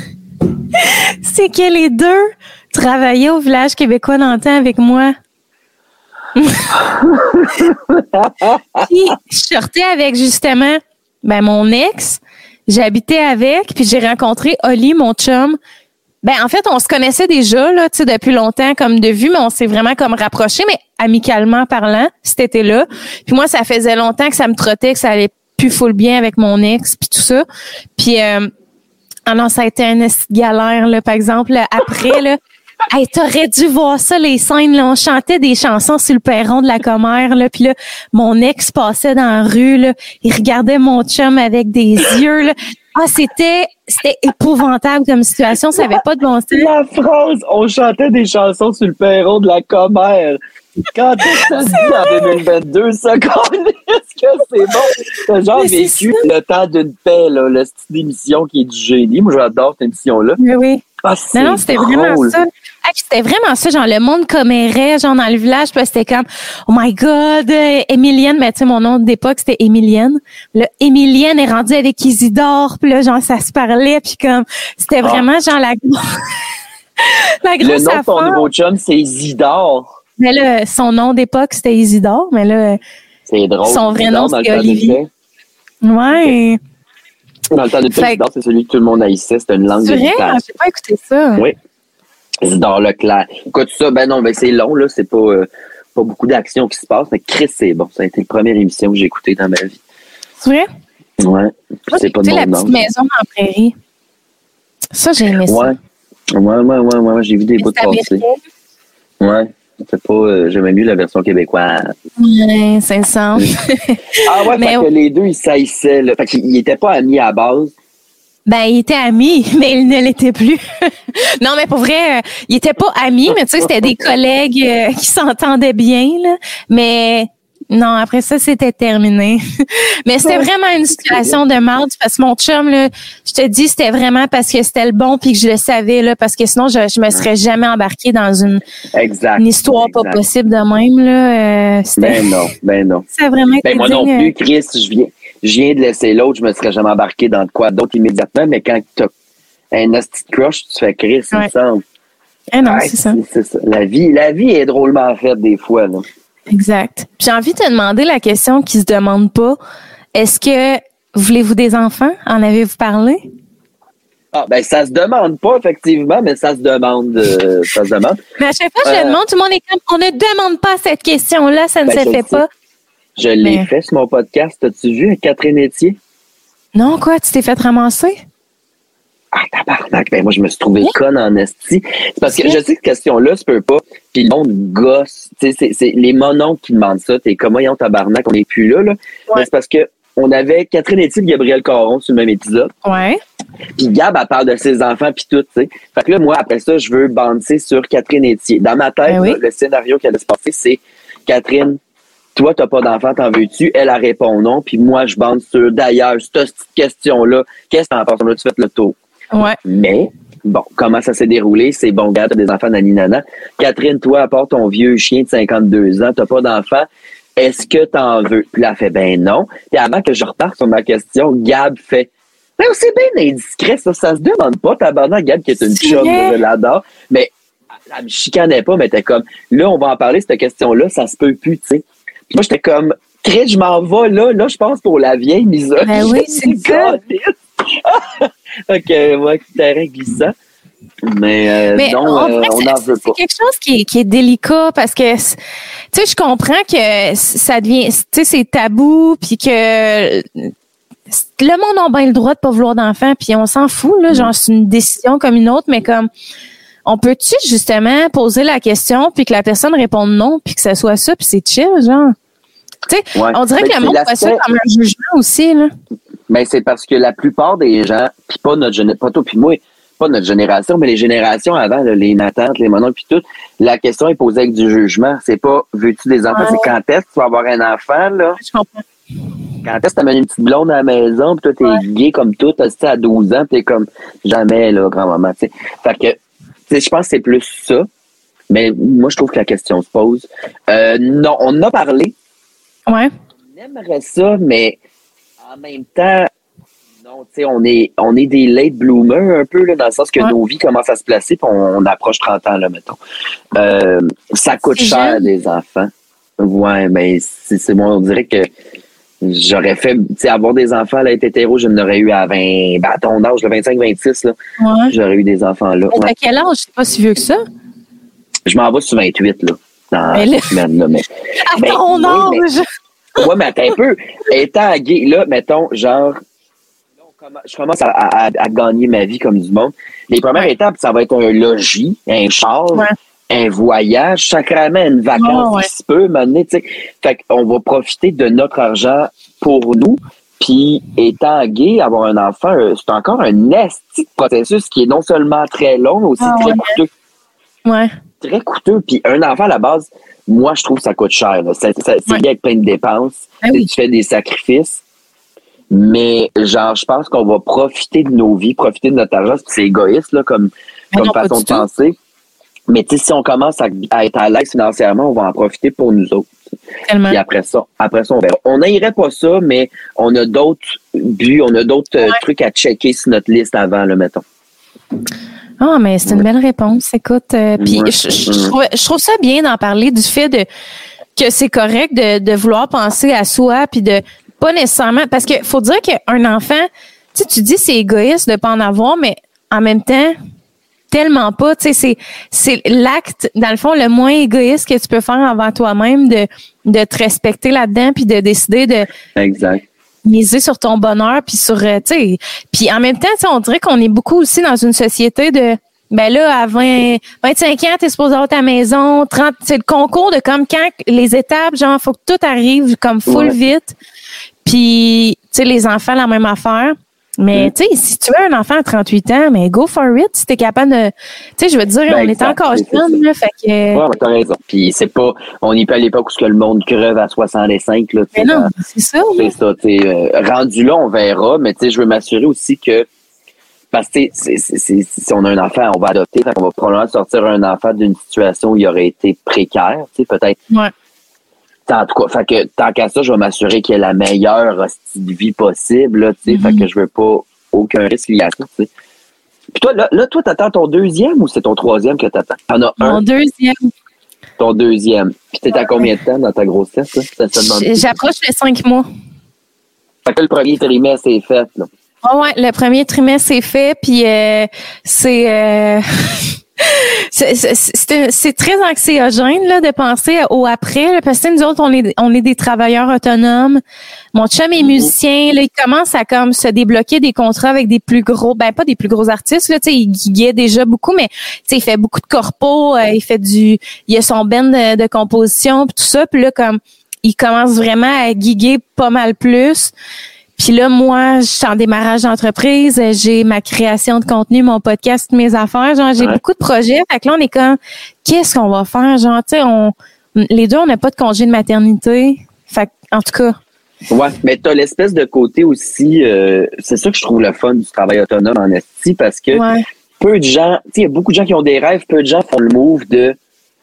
C'est que les deux travaillaient au village québécois d'antan avec moi. Puis, je sortais avec, justement, ben, mon ex, j'habitais avec, puis j'ai rencontré Oli, mon chum. Ben, en fait, on se connaissait déjà, là, tu sais, depuis longtemps, comme de vue, mais on s'est vraiment comme rapprochés, mais amicalement parlant, cet été-là. Puis moi, ça faisait longtemps que ça me trottait, que ça allait plus full bien avec mon ex, puis tout ça. Puis, euh, ah non, ça a été une galère, là, par exemple, là, après, là. Hey, t'aurais dû voir ça, les scènes, là. On chantait des chansons sur le perron de la commère, là. Puis là, mon ex passait dans la rue, là. Il regardait mon chum avec des yeux, là. Ah, c'était, c'était épouvantable comme situation. Ça n'avait pas de bon sens. La phrase, on chantait des chansons sur le perron de la commère. Quand est-ce que ça se dit en deux mille vingt-deux, ça? Est-ce que c'est bon? T'as genre mais vécu le temps d'une paix, là, le style d'émission qui est du génie. Moi, j'adore cette émission-là. Oui, oui. Ah, non, non, c'était drôle. Vraiment ça. Ah, c'était vraiment ça, genre le monde commérait, genre dans le village, puis c'était comme oh my God, euh, Émilienne, mais tu sais mon nom d'époque c'était Émilienne. Là, Émilienne est rendue avec Isidore, puis là genre ça se parlait, puis comme c'était ah. vraiment genre la la grosse affaire. Le nom de ton nouveau chum c'est Isidore. Mais là son nom d'époque c'était Isidore, mais là c'est drôle. Son vrai nom c'est Olivier. Ouais. Dans le temps de Isidore, c'est celui que tout le monde haïssait, c'était une langue de C'est vrai, j'ai pas écouté ça. Oui. Isidore Leclerc. Écoute ça, ben non, ben c'est long, là, c'est pas... Euh, pas beaucoup d'action qui se passe, mais Chris, c'est bon. Ça a été la première émission que j'ai écoutée dans ma vie. C'est vrai? Ouais. Moi, c'est j'ai pas écouté de La mon Petite âge. Maison en prairie. Ça, j'ai aimé ça. Ouais. Ouais, ouais, ouais, ouais. J'ai vu des bouts de passer. Ouais. C'est pas, euh, j'aimais mieux la version québécoise. Ouais, c'est ça. Ah ouais, mais fait que les deux, ils saillissaient, là. Fait qu'ils étaient pas amis à base. Ben, ils étaient amis, mais ils ne l'étaient plus. Non, mais pour vrai, euh, ils étaient pas amis, mais tu sais, c'était des collègues euh, qui s'entendaient bien, là. Mais non, après ça, c'était terminé. Mais c'était vraiment une situation de merde parce que mon chum, là, je te dis, c'était vraiment parce que c'était le bon puis que je le savais, là, parce que sinon, je, je me serais jamais embarquée dans une, exact, une histoire exact. pas possible de même, là. Euh, c'était, ben non, ben non. C'est vraiment Ben moi non plus, Chris, je viens, je viens de laisser l'autre, je me serais jamais embarqué dans de quoi d'autre immédiatement, mais quand t'as un hostie de crush, tu fais Chris, il me semble. Ah non, ouais, c'est ça. C'est ça. La vie, la vie est drôlement faite des fois, là. Exact. Puis j'ai envie de te demander la question qui se demande pas. Est-ce que voulez-vous des enfants? En avez-vous parlé? Ah, ben, ça se demande pas, effectivement, mais ça se demande, euh, ça se demande. Mais à chaque fois que je Euh, le demande, tout le monde est comme, on ne demande pas cette question-là, ça ne ben, se je fait le sais. pas. Je l'ai Mais- fait sur mon podcast. As-tu vu Catherine Etier? Non, quoi, tu t'es fait ramasser? Ah, tabarnak. Ben, moi, je me suis trouvé Oui. conne en esti. C'est parce que Oui. je sais que cette question-là, tu peux pas. Puis le monde gosse. Tu sais, c'est, c'est les mononcles qui demandent ça. T'es comme, voyons, tabarnak, on n'est plus là, là. Mais c'est parce que on avait Catherine Etier et Gabriel Caron sur le même épisode. Ouais. Puis Gab, elle parle de ses enfants puis tout, tu sais. Fait que là, moi, après ça, je veux banter sur Catherine Etier. Dans ma tête, Ben oui. là, le scénario qui allait se passer, c'est Catherine, toi, t'as pas d'enfant, t'en veux-tu? Elle, elle répond non. Puis moi, je bande sur, d'ailleurs, cette petite question-là, qu'est-ce que t'en penses? Là, tu fais le tour. Ouais. Mais, bon, comment ça s'est déroulé? C'est bon, Gab, t'as des enfants, nani, nana. Catherine, toi, à part ton vieux chien de cinquante-deux ans, t'as pas d'enfant. Est-ce que t'en veux? Puis là, elle fait, ben non. Puis avant que je reparte sur ma question, Gab fait, ben, c'est bien indiscret, ça, ça se demande pas. Tabarnak, Gab, qui est une C'est chum, vrai. je l'adore. Mais, elle me chicanait pas, mais t'es comme, là, on va en parler, cette question-là, ça se peut plus, tu sais. Puis moi, j'étais comme, Chris, je m'en vais là, là, je pense pour la vieille misogyne. Ben oui, c'est ça. OK, ouais, terrain glissant. Mais, euh, Mais non, en euh, vrai, on c'est- n'en veut c'est pas. quelque chose qui est, qui est délicat parce que, tu sais, je comprends que ça devient, tu sais, c'est tabou puis que le monde a bien le droit de pas vouloir d'enfants puis on s'en fout, là. Genre, c'est une décision comme une autre, mais comme, on peut-tu justement poser la question puis que la personne réponde non puis que ça soit ça puis c'est chill, genre? Tu sais, Ouais. on dirait Mais que le c'est monde voit ça l'aspect- comme un jugement aussi, là. Mais c'est parce que la plupart des gens, puis pas notre génération, pas toi puis moi, pas notre génération, mais les générations avant, là, les matantes, les mononcles puis tout, la question est posée avec du jugement. C'est pas veux-tu des enfants, Ouais. c'est quand est-ce que tu vas avoir un enfant, là? Je comprends. Quand est-ce que t'amènes une petite blonde à la maison, puis toi, t'es Ouais. gay comme tout, t'as à douze ans, pis t'es comme jamais, là, grand-maman, tu sais. Fait que, tu sais, je pense que c'est plus ça. Mais moi, je trouve que la question se pose. Euh, non, on en a parlé. Ouais. On aimerait ça, mais en même temps, non, tu sais, on est, on est des late bloomers un peu, là, dans le sens que Ouais. nos vies commencent à se placer, puis on, on approche trente ans, là, mettons. Euh, ça coûte C'est cher, jeune. des enfants. Ouais, mais c'est, c'est moi, on dirait que j'aurais fait, tu sais, avoir des enfants, là, être hétéro, je n'aurais eu à vingt, ben, à ton âge, le vingt-cinq vingt-six, là, Ouais. j'aurais eu des enfants, là. Mais Ouais. t'as quel âge? C'est pas si vieux que ça. Je m'en vais sur vingt-huit, là, dans Mais là- la semaine, là, mais. À Ben, ton oui, mais- âge! Ouais, mais attends un peu. Étant gay, là, mettons, genre, là, on commen- je commence à, à- à gagner ma vie comme du monde. Les premières étapes, ça va être un logis, un char, Ouais. un voyage, sacrément une vacance Ouais, ouais. qui se peut, maintenant, tu sais. Fait qu'on va profiter de notre argent pour nous. Puis, étant gay, avoir un enfant, euh, c'est encore un esti de processus qui est non seulement très long, mais aussi Ah, très ouais. coûteux. Ouais. Très coûteux. Puis, un enfant, à la base, moi, je trouve que ça coûte cher. là. Ça- ça- c'est Ouais. lié avec plein de dépenses. Ah oui. Tu fais des sacrifices. Mais, genre, je pense qu'on va profiter de nos vies, profiter de notre argent. C'est égoïste, là, comme, Mais comme non, pas façon du de tout. penser. Mais, tu sais, si on commence à, à être à l'aise financièrement, on va en profiter pour nous autres. Tellement. Puis après ça, après ça, on verra. On n'irait pas ça, mais on a d'autres buts, on a d'autres euh, Ouais. trucs à checker sur notre liste avant, là, mettons. Ah, mais c'est une belle réponse. Écoute, euh, puis Ouais. je, je, je trouve, je trouve ça bien d'en parler du fait de que c'est correct de, de vouloir penser à soi, puis de pas nécessairement parce que faut dire qu'un enfant, tu sais, tu dis c'est égoïste de pas en avoir, mais en même temps, tellement pas. Tu sais, c'est, c'est l'acte, dans le fond, le moins égoïste que tu peux faire envers toi-même de, de te respecter là-dedans puis de décider de. Exact. Miser sur ton bonheur puis sur, euh, tu sais. Puis en même temps, tu sais, on dirait qu'on est beaucoup aussi dans une société de. Ben là, à vingt, vingt-cinq ans, t'es supposé avoir ta maison, trente, c'est le concours de comme quand les étapes, genre, faut que tout arrive comme full ouais. vite. Puis, tu sais, les enfants, la même affaire. Mais, mm. tu sais, si tu veux un enfant à trente-huit ans, mais go for it, si t'es capable de, tu sais, je veux dire, ben, on exact, est encore jeune, là, fait que. Ouais, mais t'as raison. Puis c'est pas, on n'est pas à l'époque où le monde creve à soixante-cinq, là. Mais non, c'est ça. C'est ça, tu sais, euh, rendu là, on verra, mais tu sais, je veux m'assurer aussi que, parce que c'est, c'est, c'est, si on a un enfant, on va adopter, fait qu'on va probablement sortir un enfant d'une situation où il aurait été précaire, tu sais, peut-être. Ouais. En tout cas, fait que tant qu'à ça, je vais m'assurer qu'il y ait la meilleure hostie de vie possible, là, tu sais, mm-hmm. fait que je veux pas aucun risque lié à ça, tu sais. Puis toi, là, là, toi, t'attends ton deuxième ou c'est ton troisième que t'attends? T'en as un? Mon deuxième. Ton deuxième. Puis t'es à combien de temps dans ta grossesse, là? Ça, ça demande... J'approche les cinq mois. Fait que le premier trimestre est fait, là. Ah ouais, le premier trimestre c'est fait, puis euh, c'est, euh, c'est, c'est, c'est c'est très anxiogène là de penser au après, là, parce que nous autres on est on est des travailleurs autonomes. Mon chum est musicien, là, il commence à comme se débloquer des contrats avec des plus gros, ben pas des plus gros artistes là, tu sais, il guiguait déjà beaucoup, mais tu sais, il fait beaucoup de corpos, euh, il fait du, il a son band de, de composition, puis tout ça, puis là comme il commence vraiment à guiguer pas mal plus. Puis là, moi, je suis en démarrage d'entreprise, j'ai ma création de contenu, mon podcast, mes affaires, genre j'ai ouais. beaucoup de projets. Fait que là, on est comme, qu'est-ce qu'on va faire? Genre, tu sais, on, les deux, on n'a pas de congé de maternité. Fait que, en tout cas. Ouais, mais t'as l'espèce de côté aussi, euh, c'est ça que je trouve le fun du travail autonome en esti, parce que ouais. peu de gens, tu sais, il y a beaucoup de gens qui ont des rêves, peu de gens font le move de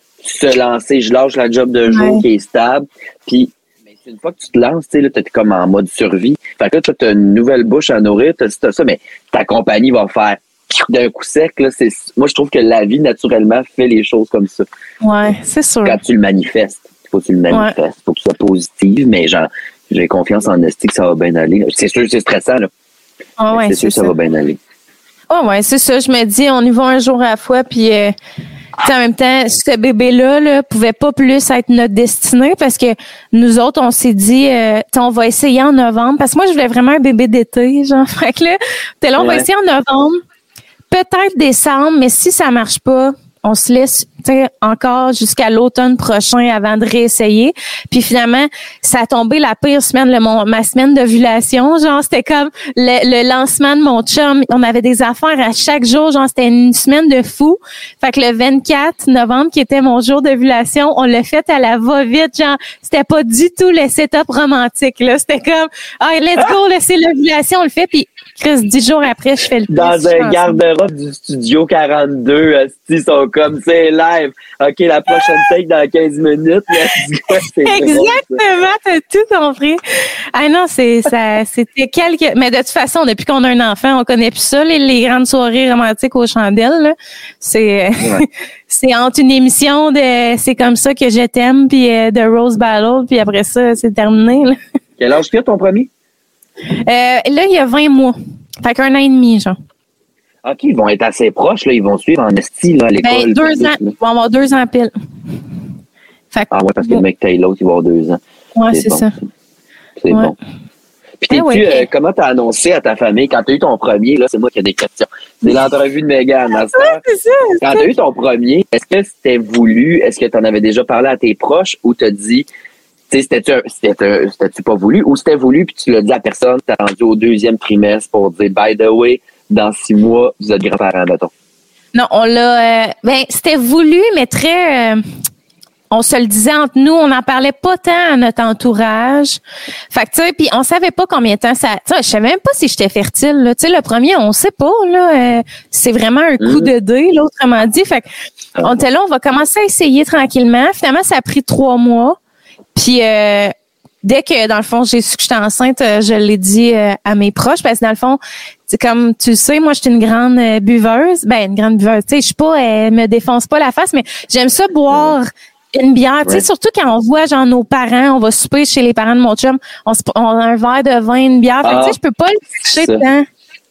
se lancer. Je lâche la job de jour ouais. qui est stable, puis une fois que tu te lances, tu sais, là, t'es comme en mode survie. Fait que là, tu as une nouvelle bouche à nourrir, t'as, t'as ça, mais ta compagnie va faire d'un coup sec, là. C'est, moi, je trouve que la vie, naturellement, fait les choses comme ça. Ouais, c'est sûr. Quand tu le manifestes. Il faut que tu le manifestes. Il ouais. faut que tu sois positif, mais genre, j'ai confiance en esti que ça va bien aller. C'est sûr que c'est stressant, là. Ah ouais, c'est sûr que ça, ça va bien aller. Ah ouais, c'est ça. Je me dis, on y va un jour à la fois, puis... Euh... T'sais, en même temps, ce bébé-là là, pouvait pas plus être notre destinée parce que nous autres, on s'est dit, euh, on va essayer en novembre. Parce que moi, je voulais vraiment un bébé d'été, genre. Fait que là, t'es là, on ouais. va essayer en novembre, peut-être décembre, mais si ça marche pas, on se laisse encore jusqu'à l'automne prochain avant de réessayer. Puis finalement, ça a tombé la pire semaine, le, mon, ma semaine d'ovulation. Genre, c'était comme le, le lancement de mon chum. On avait des affaires à chaque jour. Genre, c'était une semaine de fou. Fait que le vingt-quatre novembre, qui était mon jour d'ovulation, on l'a fait à la va-vite. Genre, c'était pas du tout le setup romantique, là. C'était comme, ah, let's go, là, c'est l'ovulation, on le fait. Puis, Chris, dix jours après, je fais le Dans test, un garde-robe du studio quarante-deux, ils sont comme, c'est live. OK, la prochaine take dans quinze minutes. C'est exactement, t'as tout compris. Ah non, c'est ça, c'était quelques... Mais de toute façon, depuis qu'on a un enfant, on connaît plus ça, les, les grandes soirées romantiques aux chandelles, là. C'est, ouais. c'est entre une émission de C'est comme ça que je t'aime, puis euh, de Rose Battle, puis après ça, c'est terminé, là. Quel âge tu as, ton premier? Euh, là, il y a vingt mois. Fait qu'un an et demi, genre. OK, ils vont être assez proches, là. Ils vont suivre en esti, là, à l'école. Ben, deux ans. Ils vont avoir deux ans pile. Fait que, ah ouais, parce que le mec taille l'autre, il va avoir deux ans. Ouais, c'est, c'est bon, ça. C'est, c'est ouais. bon. Puis, t'es-tu, ouais, euh, comment t'as annoncé à ta famille, quand t'as eu ton premier, là, c'est moi qui ai des questions. C'est l'entrevue de Mégane, à ça. Ouais, c'est ça. Quand t'as eu ton premier, est-ce que c'était voulu? Est-ce que t'en avais déjà parlé à tes proches ou t'as dit, tu sais, c'était-tu, c'était, c'était-tu pas voulu ou c'était voulu puis tu l'as dit à personne, t'as rendu au deuxième trimestre pour dire, by the way, dans six mois, vous êtes grands-parents, mettons. Non, on l'a, euh, ben, c'était voulu, mais très, euh, on se le disait entre nous, on n'en parlait pas tant à notre entourage. Fait que, tu sais, puis on savait pas combien de temps ça, tu sais, je savais même pas si j'étais fertile, là. Tu sais, le premier, on sait pas, là, euh, c'est vraiment un coup mmh. de dé, là, autrement dit. Fait que, on était là, on va commencer à essayer tranquillement. Finalement, ça a pris trois mois. Puis, euh, dès que, dans le fond, j'ai su que j'étais enceinte, je l'ai dit euh, à mes proches, parce que dans le fond, c'est comme tu le sais, moi, je suis une grande euh, buveuse. Ben, une grande buveuse. Tu sais, je suis pas, elle me défonce pas la face, mais j'aime ça boire une bière. Tu sais, surtout quand on voit, genre, nos parents, on va souper chez les parents de mon chum, on, se, on a un verre de vin, une bière. Fait que, ah, tu sais, je peux pas le toucher dedans.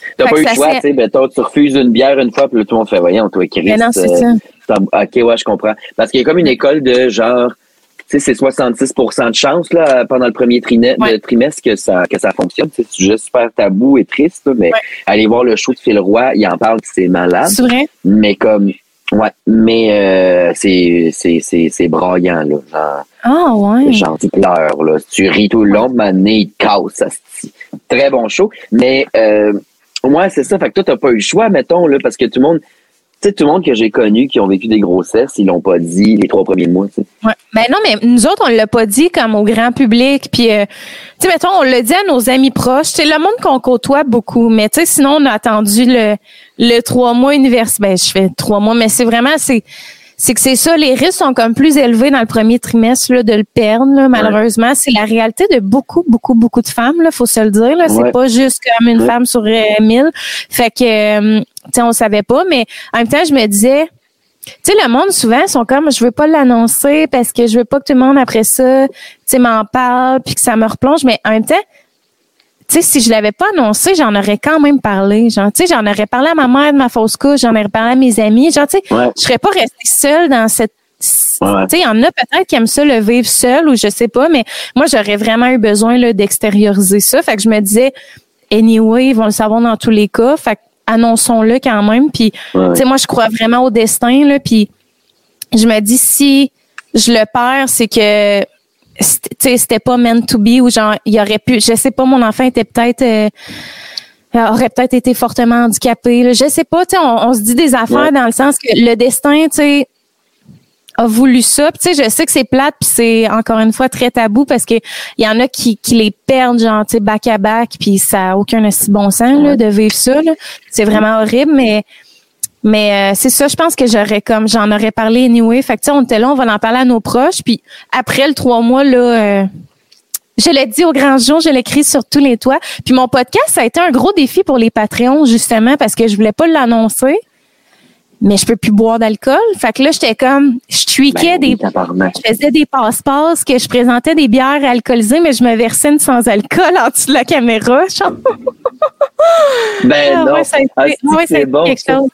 T'as Fait pas que eu le ça choix, serait- tu sais, mettons, tu refuses une bière une fois, puis là, tout le monde fait, voyons, toi, Chris. Mais non, c'est euh, ça. t'as- OK, ouais, je comprends. Parce qu'il y a comme une école de genre, tu sais, c'est soixante-six pour cent de chance, là, pendant le premier trimestre, Ouais. le trimestre que ça, que ça fonctionne. C'est un sujet super tabou et triste, là, mais Ouais. aller voir le show de Phil Roy, il en parle que c'est malade. C'est vrai? Mais comme, ouais, mais euh, c'est, c'est, c'est, c'est braillant, là. Genre, Ah, ouais. genre, tu pleures, là. Tu ris tout le long, mais nez, il te casse. Ça, c'est très bon show. Mais, euh, ouais, c'est ça. Fait que toi, t'as pas eu le choix, mettons, là, parce que tout le monde, tu sais, tout le monde que j'ai connu qui ont vécu des grossesses, ils l'ont pas dit les trois premiers mois, tu sais. Ouais. Ben non, mais nous autres, on l'a pas dit comme au grand public. Puis, euh, tu sais, mettons, on l'a dit à nos amis proches. C'est le monde qu'on côtoie beaucoup. Mais tu sais, sinon, on a attendu le, le trois mois universitaire. Ben, je fais trois mois, mais c'est vraiment, c'est, c'est que c'est ça. Les risques sont comme plus élevés dans le premier trimestre là, de le perdre. Là, malheureusement, c'est la réalité de beaucoup, beaucoup, beaucoup de femmes. Là, faut se le dire. Là, c'est Ouais. pas juste comme une Ouais. femme sur euh, mille. Fait que, euh, tu sais, on savait pas. Mais en même temps, je me disais. Tu sais, le monde, souvent, sont comme, je veux pas l'annoncer parce que je veux pas que tout le monde, après ça, tu sais, m'en parle puis que ça me replonge. Mais en même temps, tu sais, si je l'avais pas annoncé, j'en aurais quand même parlé. Genre, tu sais, j'en aurais parlé à ma mère de ma fausse couche, j'en aurais parlé à mes amis. Genre, tu sais, Ouais. je serais pas restée seule dans cette... Ouais. Tu sais, il y en a peut-être qui aiment ça, le vivre seul ou je sais pas, mais moi, j'aurais vraiment eu besoin là, d'extérioriser ça. Fait que je me disais, anyway, ils vont le savoir dans tous les cas. Fait que annonçons-le quand même. Puis, Ouais. tu sais, moi, je crois vraiment au destin, là. Puis, je me dis, si je le perds, c'est que, c'était- tu sais, c'était pas meant to be ou genre, il aurait pu, je sais pas, mon enfant était peut-être, euh, aurait peut-être été fortement handicapé, là. Je sais pas, tu sais, on, on se dit des affaires Ouais. dans le sens que le destin, tu sais, a voulu ça. Puis, tu sais, je sais que c'est plate, puis c'est encore une fois très tabou parce que il y en a qui, qui les perdent, genre, tu sais, back à back, puis ça a aucun aussi bon sens là, de vivre ça. Là. C'est vraiment horrible, mais mais euh, c'est ça. Je pense que j'aurais comme j'en aurais parlé anyway. Fait que tu sais, on était là, on va en parler à nos proches. Puis après le trois mois là. Euh, Je l'ai dit au grand jour, je l'ai écrit sur tous les toits. Puis mon podcast, ça a été un gros défi pour les Patreons, justement, parce que je voulais pas l'annoncer. Mais je peux plus boire d'alcool. Fait que là, j'étais comme, je tweakais Ben oui, des, tabarnak. je faisais des passe-passe, que je présentais des bières alcoolisées, mais je me versais une sans alcool en dessous de la caméra. Genre. Ben Ah, non. ouais, ça a été, Ah, si, ouais, ça a c'est été bon, quelque ça. chose.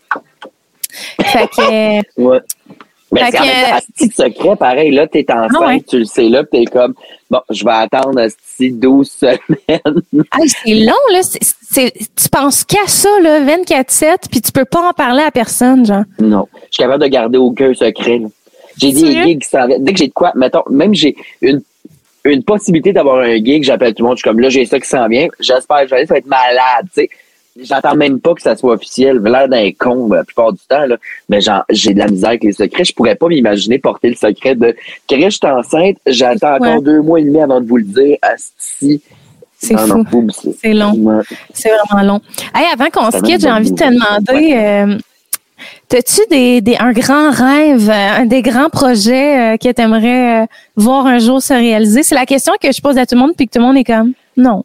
Fait que, euh, Ouais. Mais Fait c'est en que- même temps, asti de secret, pareil, là, t'es enceinte, Ah ouais. tu le sais, là, pis t'es comme, bon, je vais attendre, asti, douze semaines. hey, c'est long, là. C'est, c'est- tu penses qu'à ça, là, vingt-quatre sept, puis tu peux pas en parler à personne, genre. Non. Je suis capable de garder aucun secret, là. J'ai des Sérieux? gigs qui s'en viennent. Dès que j'ai de quoi, mettons, même j'ai une, une possibilité d'avoir un gig, j'appelle tout le monde, je suis comme, là, j'ai ça qui s'en vient, j'espère que je vais aller, ça va être malade, tu sais. J'attends même pas que ça soit officiel. J'ai l'air d'un con la plupart du temps, là. Mais genre, j'ai de la misère avec les secrets. Je pourrais pas m'imaginer porter le secret de Chris, je suis enceinte, j'attends encore Ouais. deux mois et demi avant de vous le dire. Asti. C'est Non, fou. non, oublie ça. C'est long. Ouais. C'est vraiment long. Hey, avant qu'on se Ça quitte, j'ai donne envie de te bonne demander, euh, t'as-tu des, des, un grand rêve, euh, un des grands projets euh, que tu aimerais voir un jour se réaliser? C'est la question que je pose à tout le monde, puis que tout le monde est comme, non.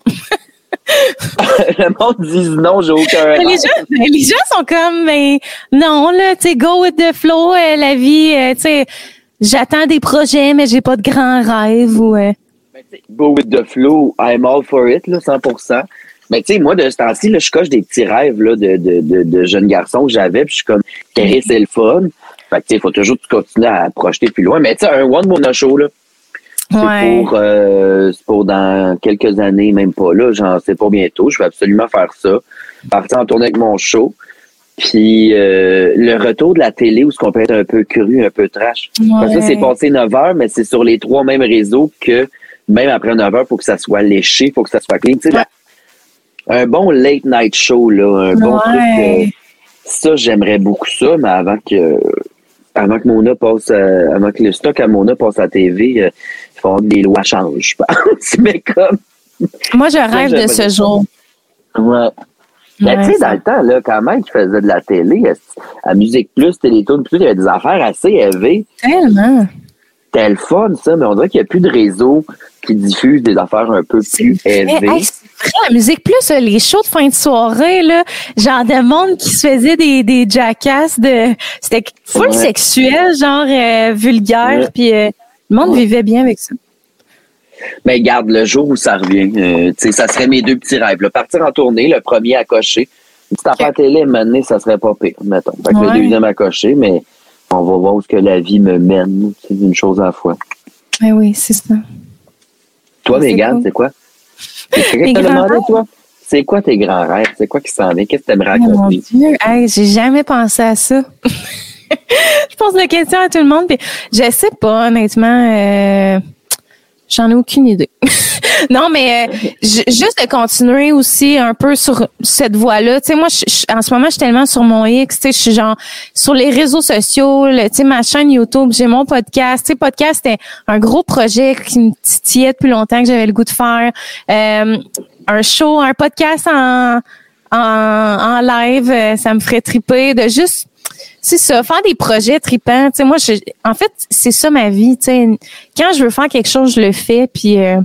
Le monde dit non, j'ai aucun Mais les rêve. gens, ben, les gens sont comme, mais non, là, tu sais, go with the flow, euh, la vie, euh, tu sais, j'attends des projets, mais j'ai pas de grands rêves ou. euh, Go with the flow, I'm all for it, là, cent pour cent. Mais tu sais, moi, de ce temps-ci, là, je coche des petits rêves là, de, de, de, de jeunes garçons que j'avais, puis je suis comme, Kéris, c'est le fun. Fait que tu sais, il faut toujours continuer à projeter plus loin. Mais tu sais, un One Mona Show, là, c'est Ouais. pour, euh, c'est pour dans quelques années, même pas là, j'en sais pas bientôt. Je vais absolument faire ça. Partir en tournée avec mon show. Puis euh, le retour de la télé où ce qu'on peut être un peu cru, un peu trash. Parce que ça, c'est passé neuf heures, mais c'est sur les trois mêmes réseaux que même après neuf heures, il faut que ça soit léché, il faut que ça soit clean. Tu sais, Ouais. la- un bon late night show, là, un bon Ouais. truc. euh, ça, j'aimerais beaucoup ça, mais avant que avant que Mona passe, euh, avant que le stock à Mona passe à la T V, euh, il faut que des lois changent, je pense. Mais comme, Moi, je rêve de j'aimerais ce ça. jour. ouais. Mais Ouais, tu sais, ça- dans le temps, là, quand même, qui faisait de la télé, à Musique Plus, Télétoon, plus, il y avait des affaires assez élevées. Tellement. C'était le fun, ça, mais on dirait qu'il n'y a plus de réseau qui diffuse des affaires un peu plus Hey, élevées. hey, c'est vrai, la musique plus, euh, les shows de fin de soirée, là, genre de monde qui se faisait des, des jackasses de, c'était full Ouais. sexuel, genre euh, vulgaire, Ouais. puis euh, le monde Ouais. vivait bien avec ça. Mais garde, le jour où ça revient, euh, tu sais, ça serait mes deux petits rêves. Là. Partir en tournée, le premier à cocher. Une petite affaire télé, maintenant, ça serait pas pire, mettons. Fait que ouais. Le deuxième à cocher, mais on va voir où ce que la vie me mène. C'est une chose à la fois. Ben oui, c'est ça. Toi, Mégane, cool. C'est quoi? C'est quelqu'un qui t'a demandé, toi? C'est quoi tes grands rêves? C'est quoi qui s'en vient? Qu'est-ce que tu aimerais accomplir? Oh mon Dieu, hey, j'ai jamais pensé à ça. Je pose la question à tout le monde, puis je sais pas, honnêtement. Euh, j'en ai aucune idée. Non, mais euh, j- juste de continuer aussi un peu sur cette voie-là. Tu sais, moi, je, je, en ce moment, je suis tellement sur mon X. Tu sais, je suis genre sur les réseaux sociaux. Tu sais, ma chaîne YouTube, j'ai mon podcast. Tu sais, podcast, c'était un gros projet qui me titillait depuis longtemps que j'avais le goût de faire. Euh, un show, un podcast en en, en live, ça me ferait triper de juste. C'est ça, faire des projets tripants. Tu sais, moi, je, en fait, c'est ça ma vie. Tu sais, quand je veux faire quelque chose, je le fais, puis, euh,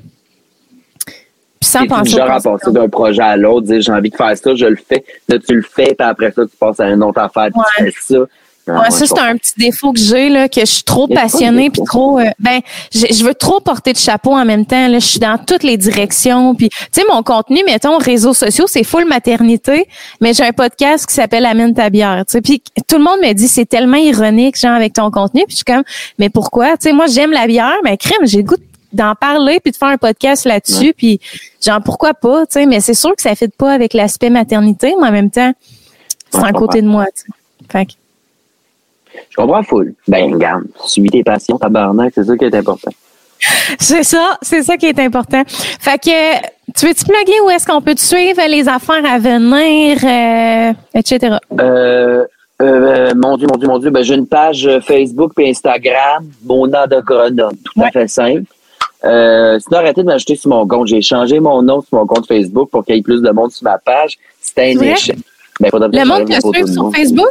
puis sans penser. Genre à passer d'un projet à l'autre, dire j'ai envie de faire ça, je le fais. Là, tu le fais, puis après ça, tu passes à une autre affaire, puis ouais. Tu fais ça. Ouais, ouais, ça, c'est un petit défaut que j'ai, là, que je suis trop passionnée puis trop, euh, ben, je, je veux trop porter de chapeau en même temps, là. Je suis dans toutes les directions puis, tu sais, mon contenu, mettons, réseaux sociaux, c'est full maternité, mais j'ai un podcast qui s'appelle Amène ta bière, tu sais, puis tout le monde me dit, c'est tellement ironique, genre, avec ton contenu, puis je suis comme, mais pourquoi? Tu sais, moi, j'aime la bière, mais crème, j'ai le goût d'en parler puis de faire un podcast là-dessus, ouais. Puis genre, pourquoi pas, tu sais, mais c'est sûr que ça fit pas avec l'aspect maternité, mais en même temps, c'est ouais, un côté de moi, tu sais. Fait que, je comprends full. Ben, regarde, suis tes passions, tabarnak, c'est ça qui est important. C'est ça, c'est ça qui est important. Fait que, tu veux-tu plugger où est-ce qu'on peut te suivre, les affaires à venir, euh, et cetera? Euh, euh, mon Dieu, mon Dieu, mon Dieu, ben, j'ai une page Facebook et Instagram, Mona de Grenoble, tout ouais. à fait simple. Euh, sinon, arrêtez de m'ajouter sur mon compte. J'ai changé mon nom sur mon compte Facebook pour qu'il y ait plus de monde sur ma page. C'était un échec. Ben, le monde te suit sur Facebook?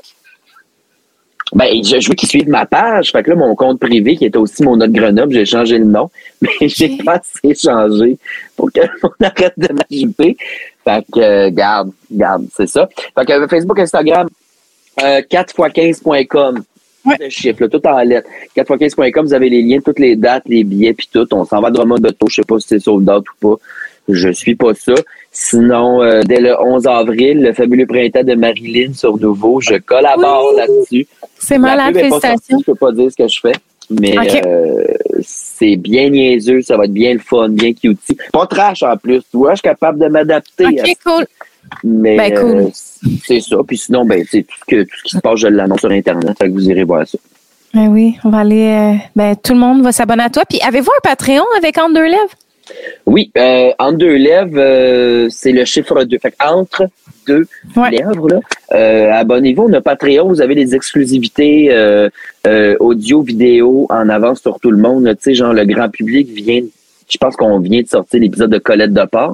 Ben, je, je veux qu'ils suivent ma page. Fait que là, mon compte privé, qui était aussi mon autre Grenoble, j'ai changé le nom. Mais j'ai pas assez changé pour que l'on arrête de m'ajouter. Fait que, euh, garde, garde, c'est ça. Fait que Facebook, Instagram, euh, quatre fois quinze point com. Ouais. Le chiffre, là, tout en lettres. quatre fois quinze point com, vous avez les liens, toutes les dates, les billets, puis tout. On s'en va de Drummond d'Auto. Je sais pas si c'est sold out ou pas. Je suis pas ça. Sinon, euh, dès le onze avril, le fabuleux printemps de Marilyn sur Nouveau, je collabore oui. là-dessus. C'est malade, félicitations. Je peux pas dire ce que je fais, mais okay. euh, c'est bien niaiseux, ça va être bien le fun, bien cutie. Pas trash en plus, tu vois, je suis capable de m'adapter. OK, à... cool. Mais ben, cool. Euh, c'est ça. Puis sinon, ben, c'est tout ce que tout ce qui se passe, je l'annonce sur Internet, fait que vous irez voir ça. Ben oui, on va aller. Euh, ben tout le monde va s'abonner à toi. Puis avez-vous un Patreon avec Entre deux lèvres? Oui, euh, entre deux lèvres, euh, c'est le chiffre deux. Fait entre deux ouais. lèvres, là. Euh, abonnez-vous, on a Patreon, vous avez des exclusivités euh, euh, audio, vidéo en avance sur tout le monde. Tu sais, genre le grand public vient, je pense qu'on vient de sortir l'épisode de Colette de Port.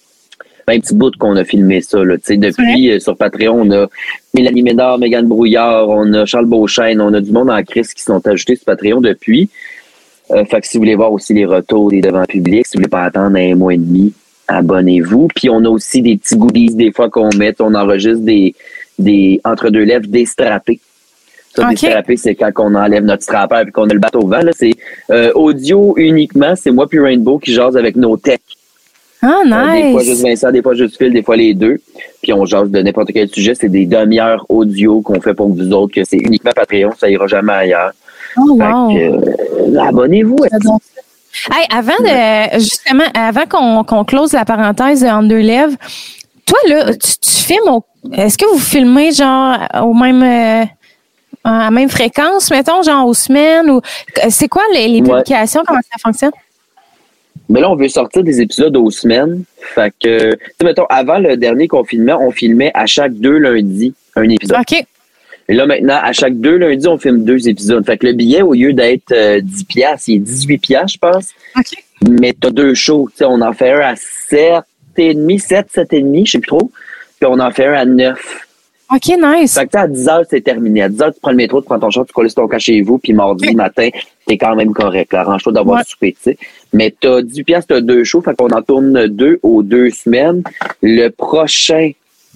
Un petit bout qu'on a filmé ça, là. Tu sais, depuis, ouais. euh, sur Patreon, on a Mélanie Ménard, Mégane Brouillard, on a Charles Beauchesne, on a du monde en crise qui sont ajoutés sur Patreon depuis. Euh, fait que si vous voulez voir aussi les retours des devants publics, si vous voulez pas attendre un mois et demi, abonnez-vous. Puis on a aussi des petits goodies des fois qu'on met, on enregistre des des entre deux lèvres déstrappés. Ça, okay. Déstrappé, c'est quand on enlève notre strapper et qu'on a le bateau au vent. Là, c'est euh, audio uniquement, c'est moi puis Rainbow qui jase avec nos techs. Ah, nice! Euh, des fois juste Vincent, des fois juste Phil, des fois les deux. Puis on jase de n'importe quel sujet. C'est des demi-heures audio qu'on fait pour vous autres, que c'est uniquement Patreon, ça ira jamais ailleurs. Oh, wow. Fait que, euh, abonnez-vous. Hey, avant de, justement, avant qu'on, qu'on close la parenthèse de Entre deux lèvres, toi, là, tu, tu filmes au, est-ce que vous filmez genre au même, euh, à la même fréquence, mettons, genre aux semaines ou, c'est quoi les, les publications, ouais. Comment ça fonctionne? Mais là, on veut sortir des épisodes aux semaines. Fait que, tu sais, mettons, avant le dernier qu'on filmait, on filmait à chaque deux lundis un épisode. OK. Et là, maintenant, à chaque deux lundis, on filme deux épisodes. Fait que le billet, au lieu d'être euh, dix piastres, il est dix-huit piastres, je pense. OK. Mais t'as deux shows. Tu sais, on en fait un à sept et demi, sept, sept et demi, je sais plus trop. Puis on en fait un à neuf. OK, nice. Fait que à dix heures, c'est terminé. À dix heures, tu prends le métro, tu prends ton char, tu colles ton cas chez vous, puis mardi okay. matin, t'es quand même correct. Arrange-toi d'avoir ouais. soupé, tu sais. Mais t'as dix piastres, t'as deux shows, fait qu'on en tourne deux aux deux semaines. Le prochain,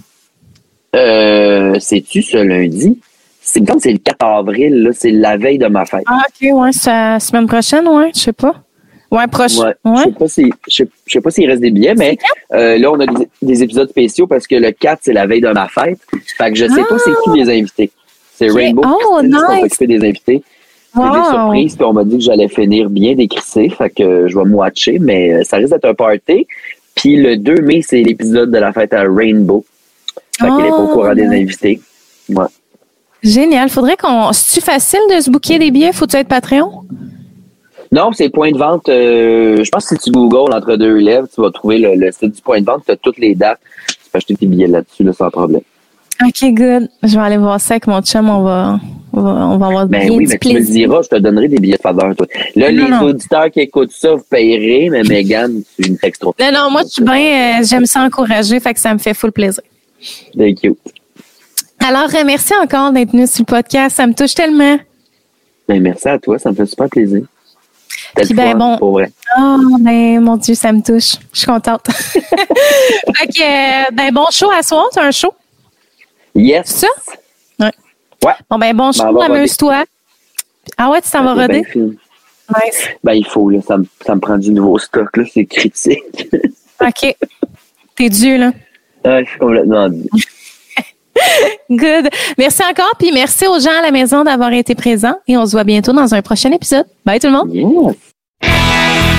euh, sais-tu ce lundi? C'est comme c'est le quatre avril, là, c'est la veille de ma fête. Ah, OK, ouais, c'est la semaine prochaine, ouais, je sais pas. Ouais, proche. Ouais. Ouais. Je sais pas si, je sais, je sais pas s'il reste des billets, mais euh, là, on a des, des épisodes spéciaux parce que le quatre, c'est la veille de ma fête. Fait que je sais Ah. pas c'est qui les invités. C'est Okay. Rainbow Oh, qui nice. sont occupés des invités. Wow. C'est des surprises, puis on m'a dit que j'allais finir bien décrissé, fait que je vais me watcher, mais ça risque d'être un party. Puis le deux mai, c'est l'épisode de la fête à Rainbow. Fait qu'elle est pas au courant des invités. Ouais. Génial. Faudrait qu'on... C'est-tu facile de se booker des billets? Faut-tu être Patreon? Non, c'est point de vente. Euh, je pense que si tu googles entre deux lèvres, tu vas trouver le, le site du point de vente. Tu as toutes les dates. Tu peux acheter tes billets là-dessus là, sans problème. OK, good. Je vais aller voir ça avec mon chum. On va, on va, on va avoir Ben bien oui, du mais plaisir. tu me le diras, je te donnerai des billets de faveur, toi. Là, Non, les non. auditeurs qui écoutent ça, vous payerez, mais Mégane, c'est une texte trop. Non, non, moi, je suis bien... euh, j'aime ça encourager, fait que ça me fait full plaisir. Thank you. Alors, euh, merci encore d'être venu sur le podcast. Ça me touche tellement. Ben, merci à toi, ça me fait super plaisir. Puis ben bon. Pour vrai. Oh, ben, mon Dieu, ça me touche. Je suis contente. Fait que, euh, ben, bon show à soir. C'est un show. Yes. C'est ça? Ouais. Ouais. Bon, ben, bon show. Ben, on va Amuse-toi. Ah ouais, tu t'en vas C'est roder? bien film. Nice. Ben, il faut, là. Ça me, ça me prend du nouveau stock, là. C'est critique. OK. T'es dû, là. Ah, je suis complètement dû. Good. Merci encore. Puis merci aux gens à la maison d'avoir été présents. Et on se voit bientôt dans un prochain épisode. Bye, tout le monde. Yes.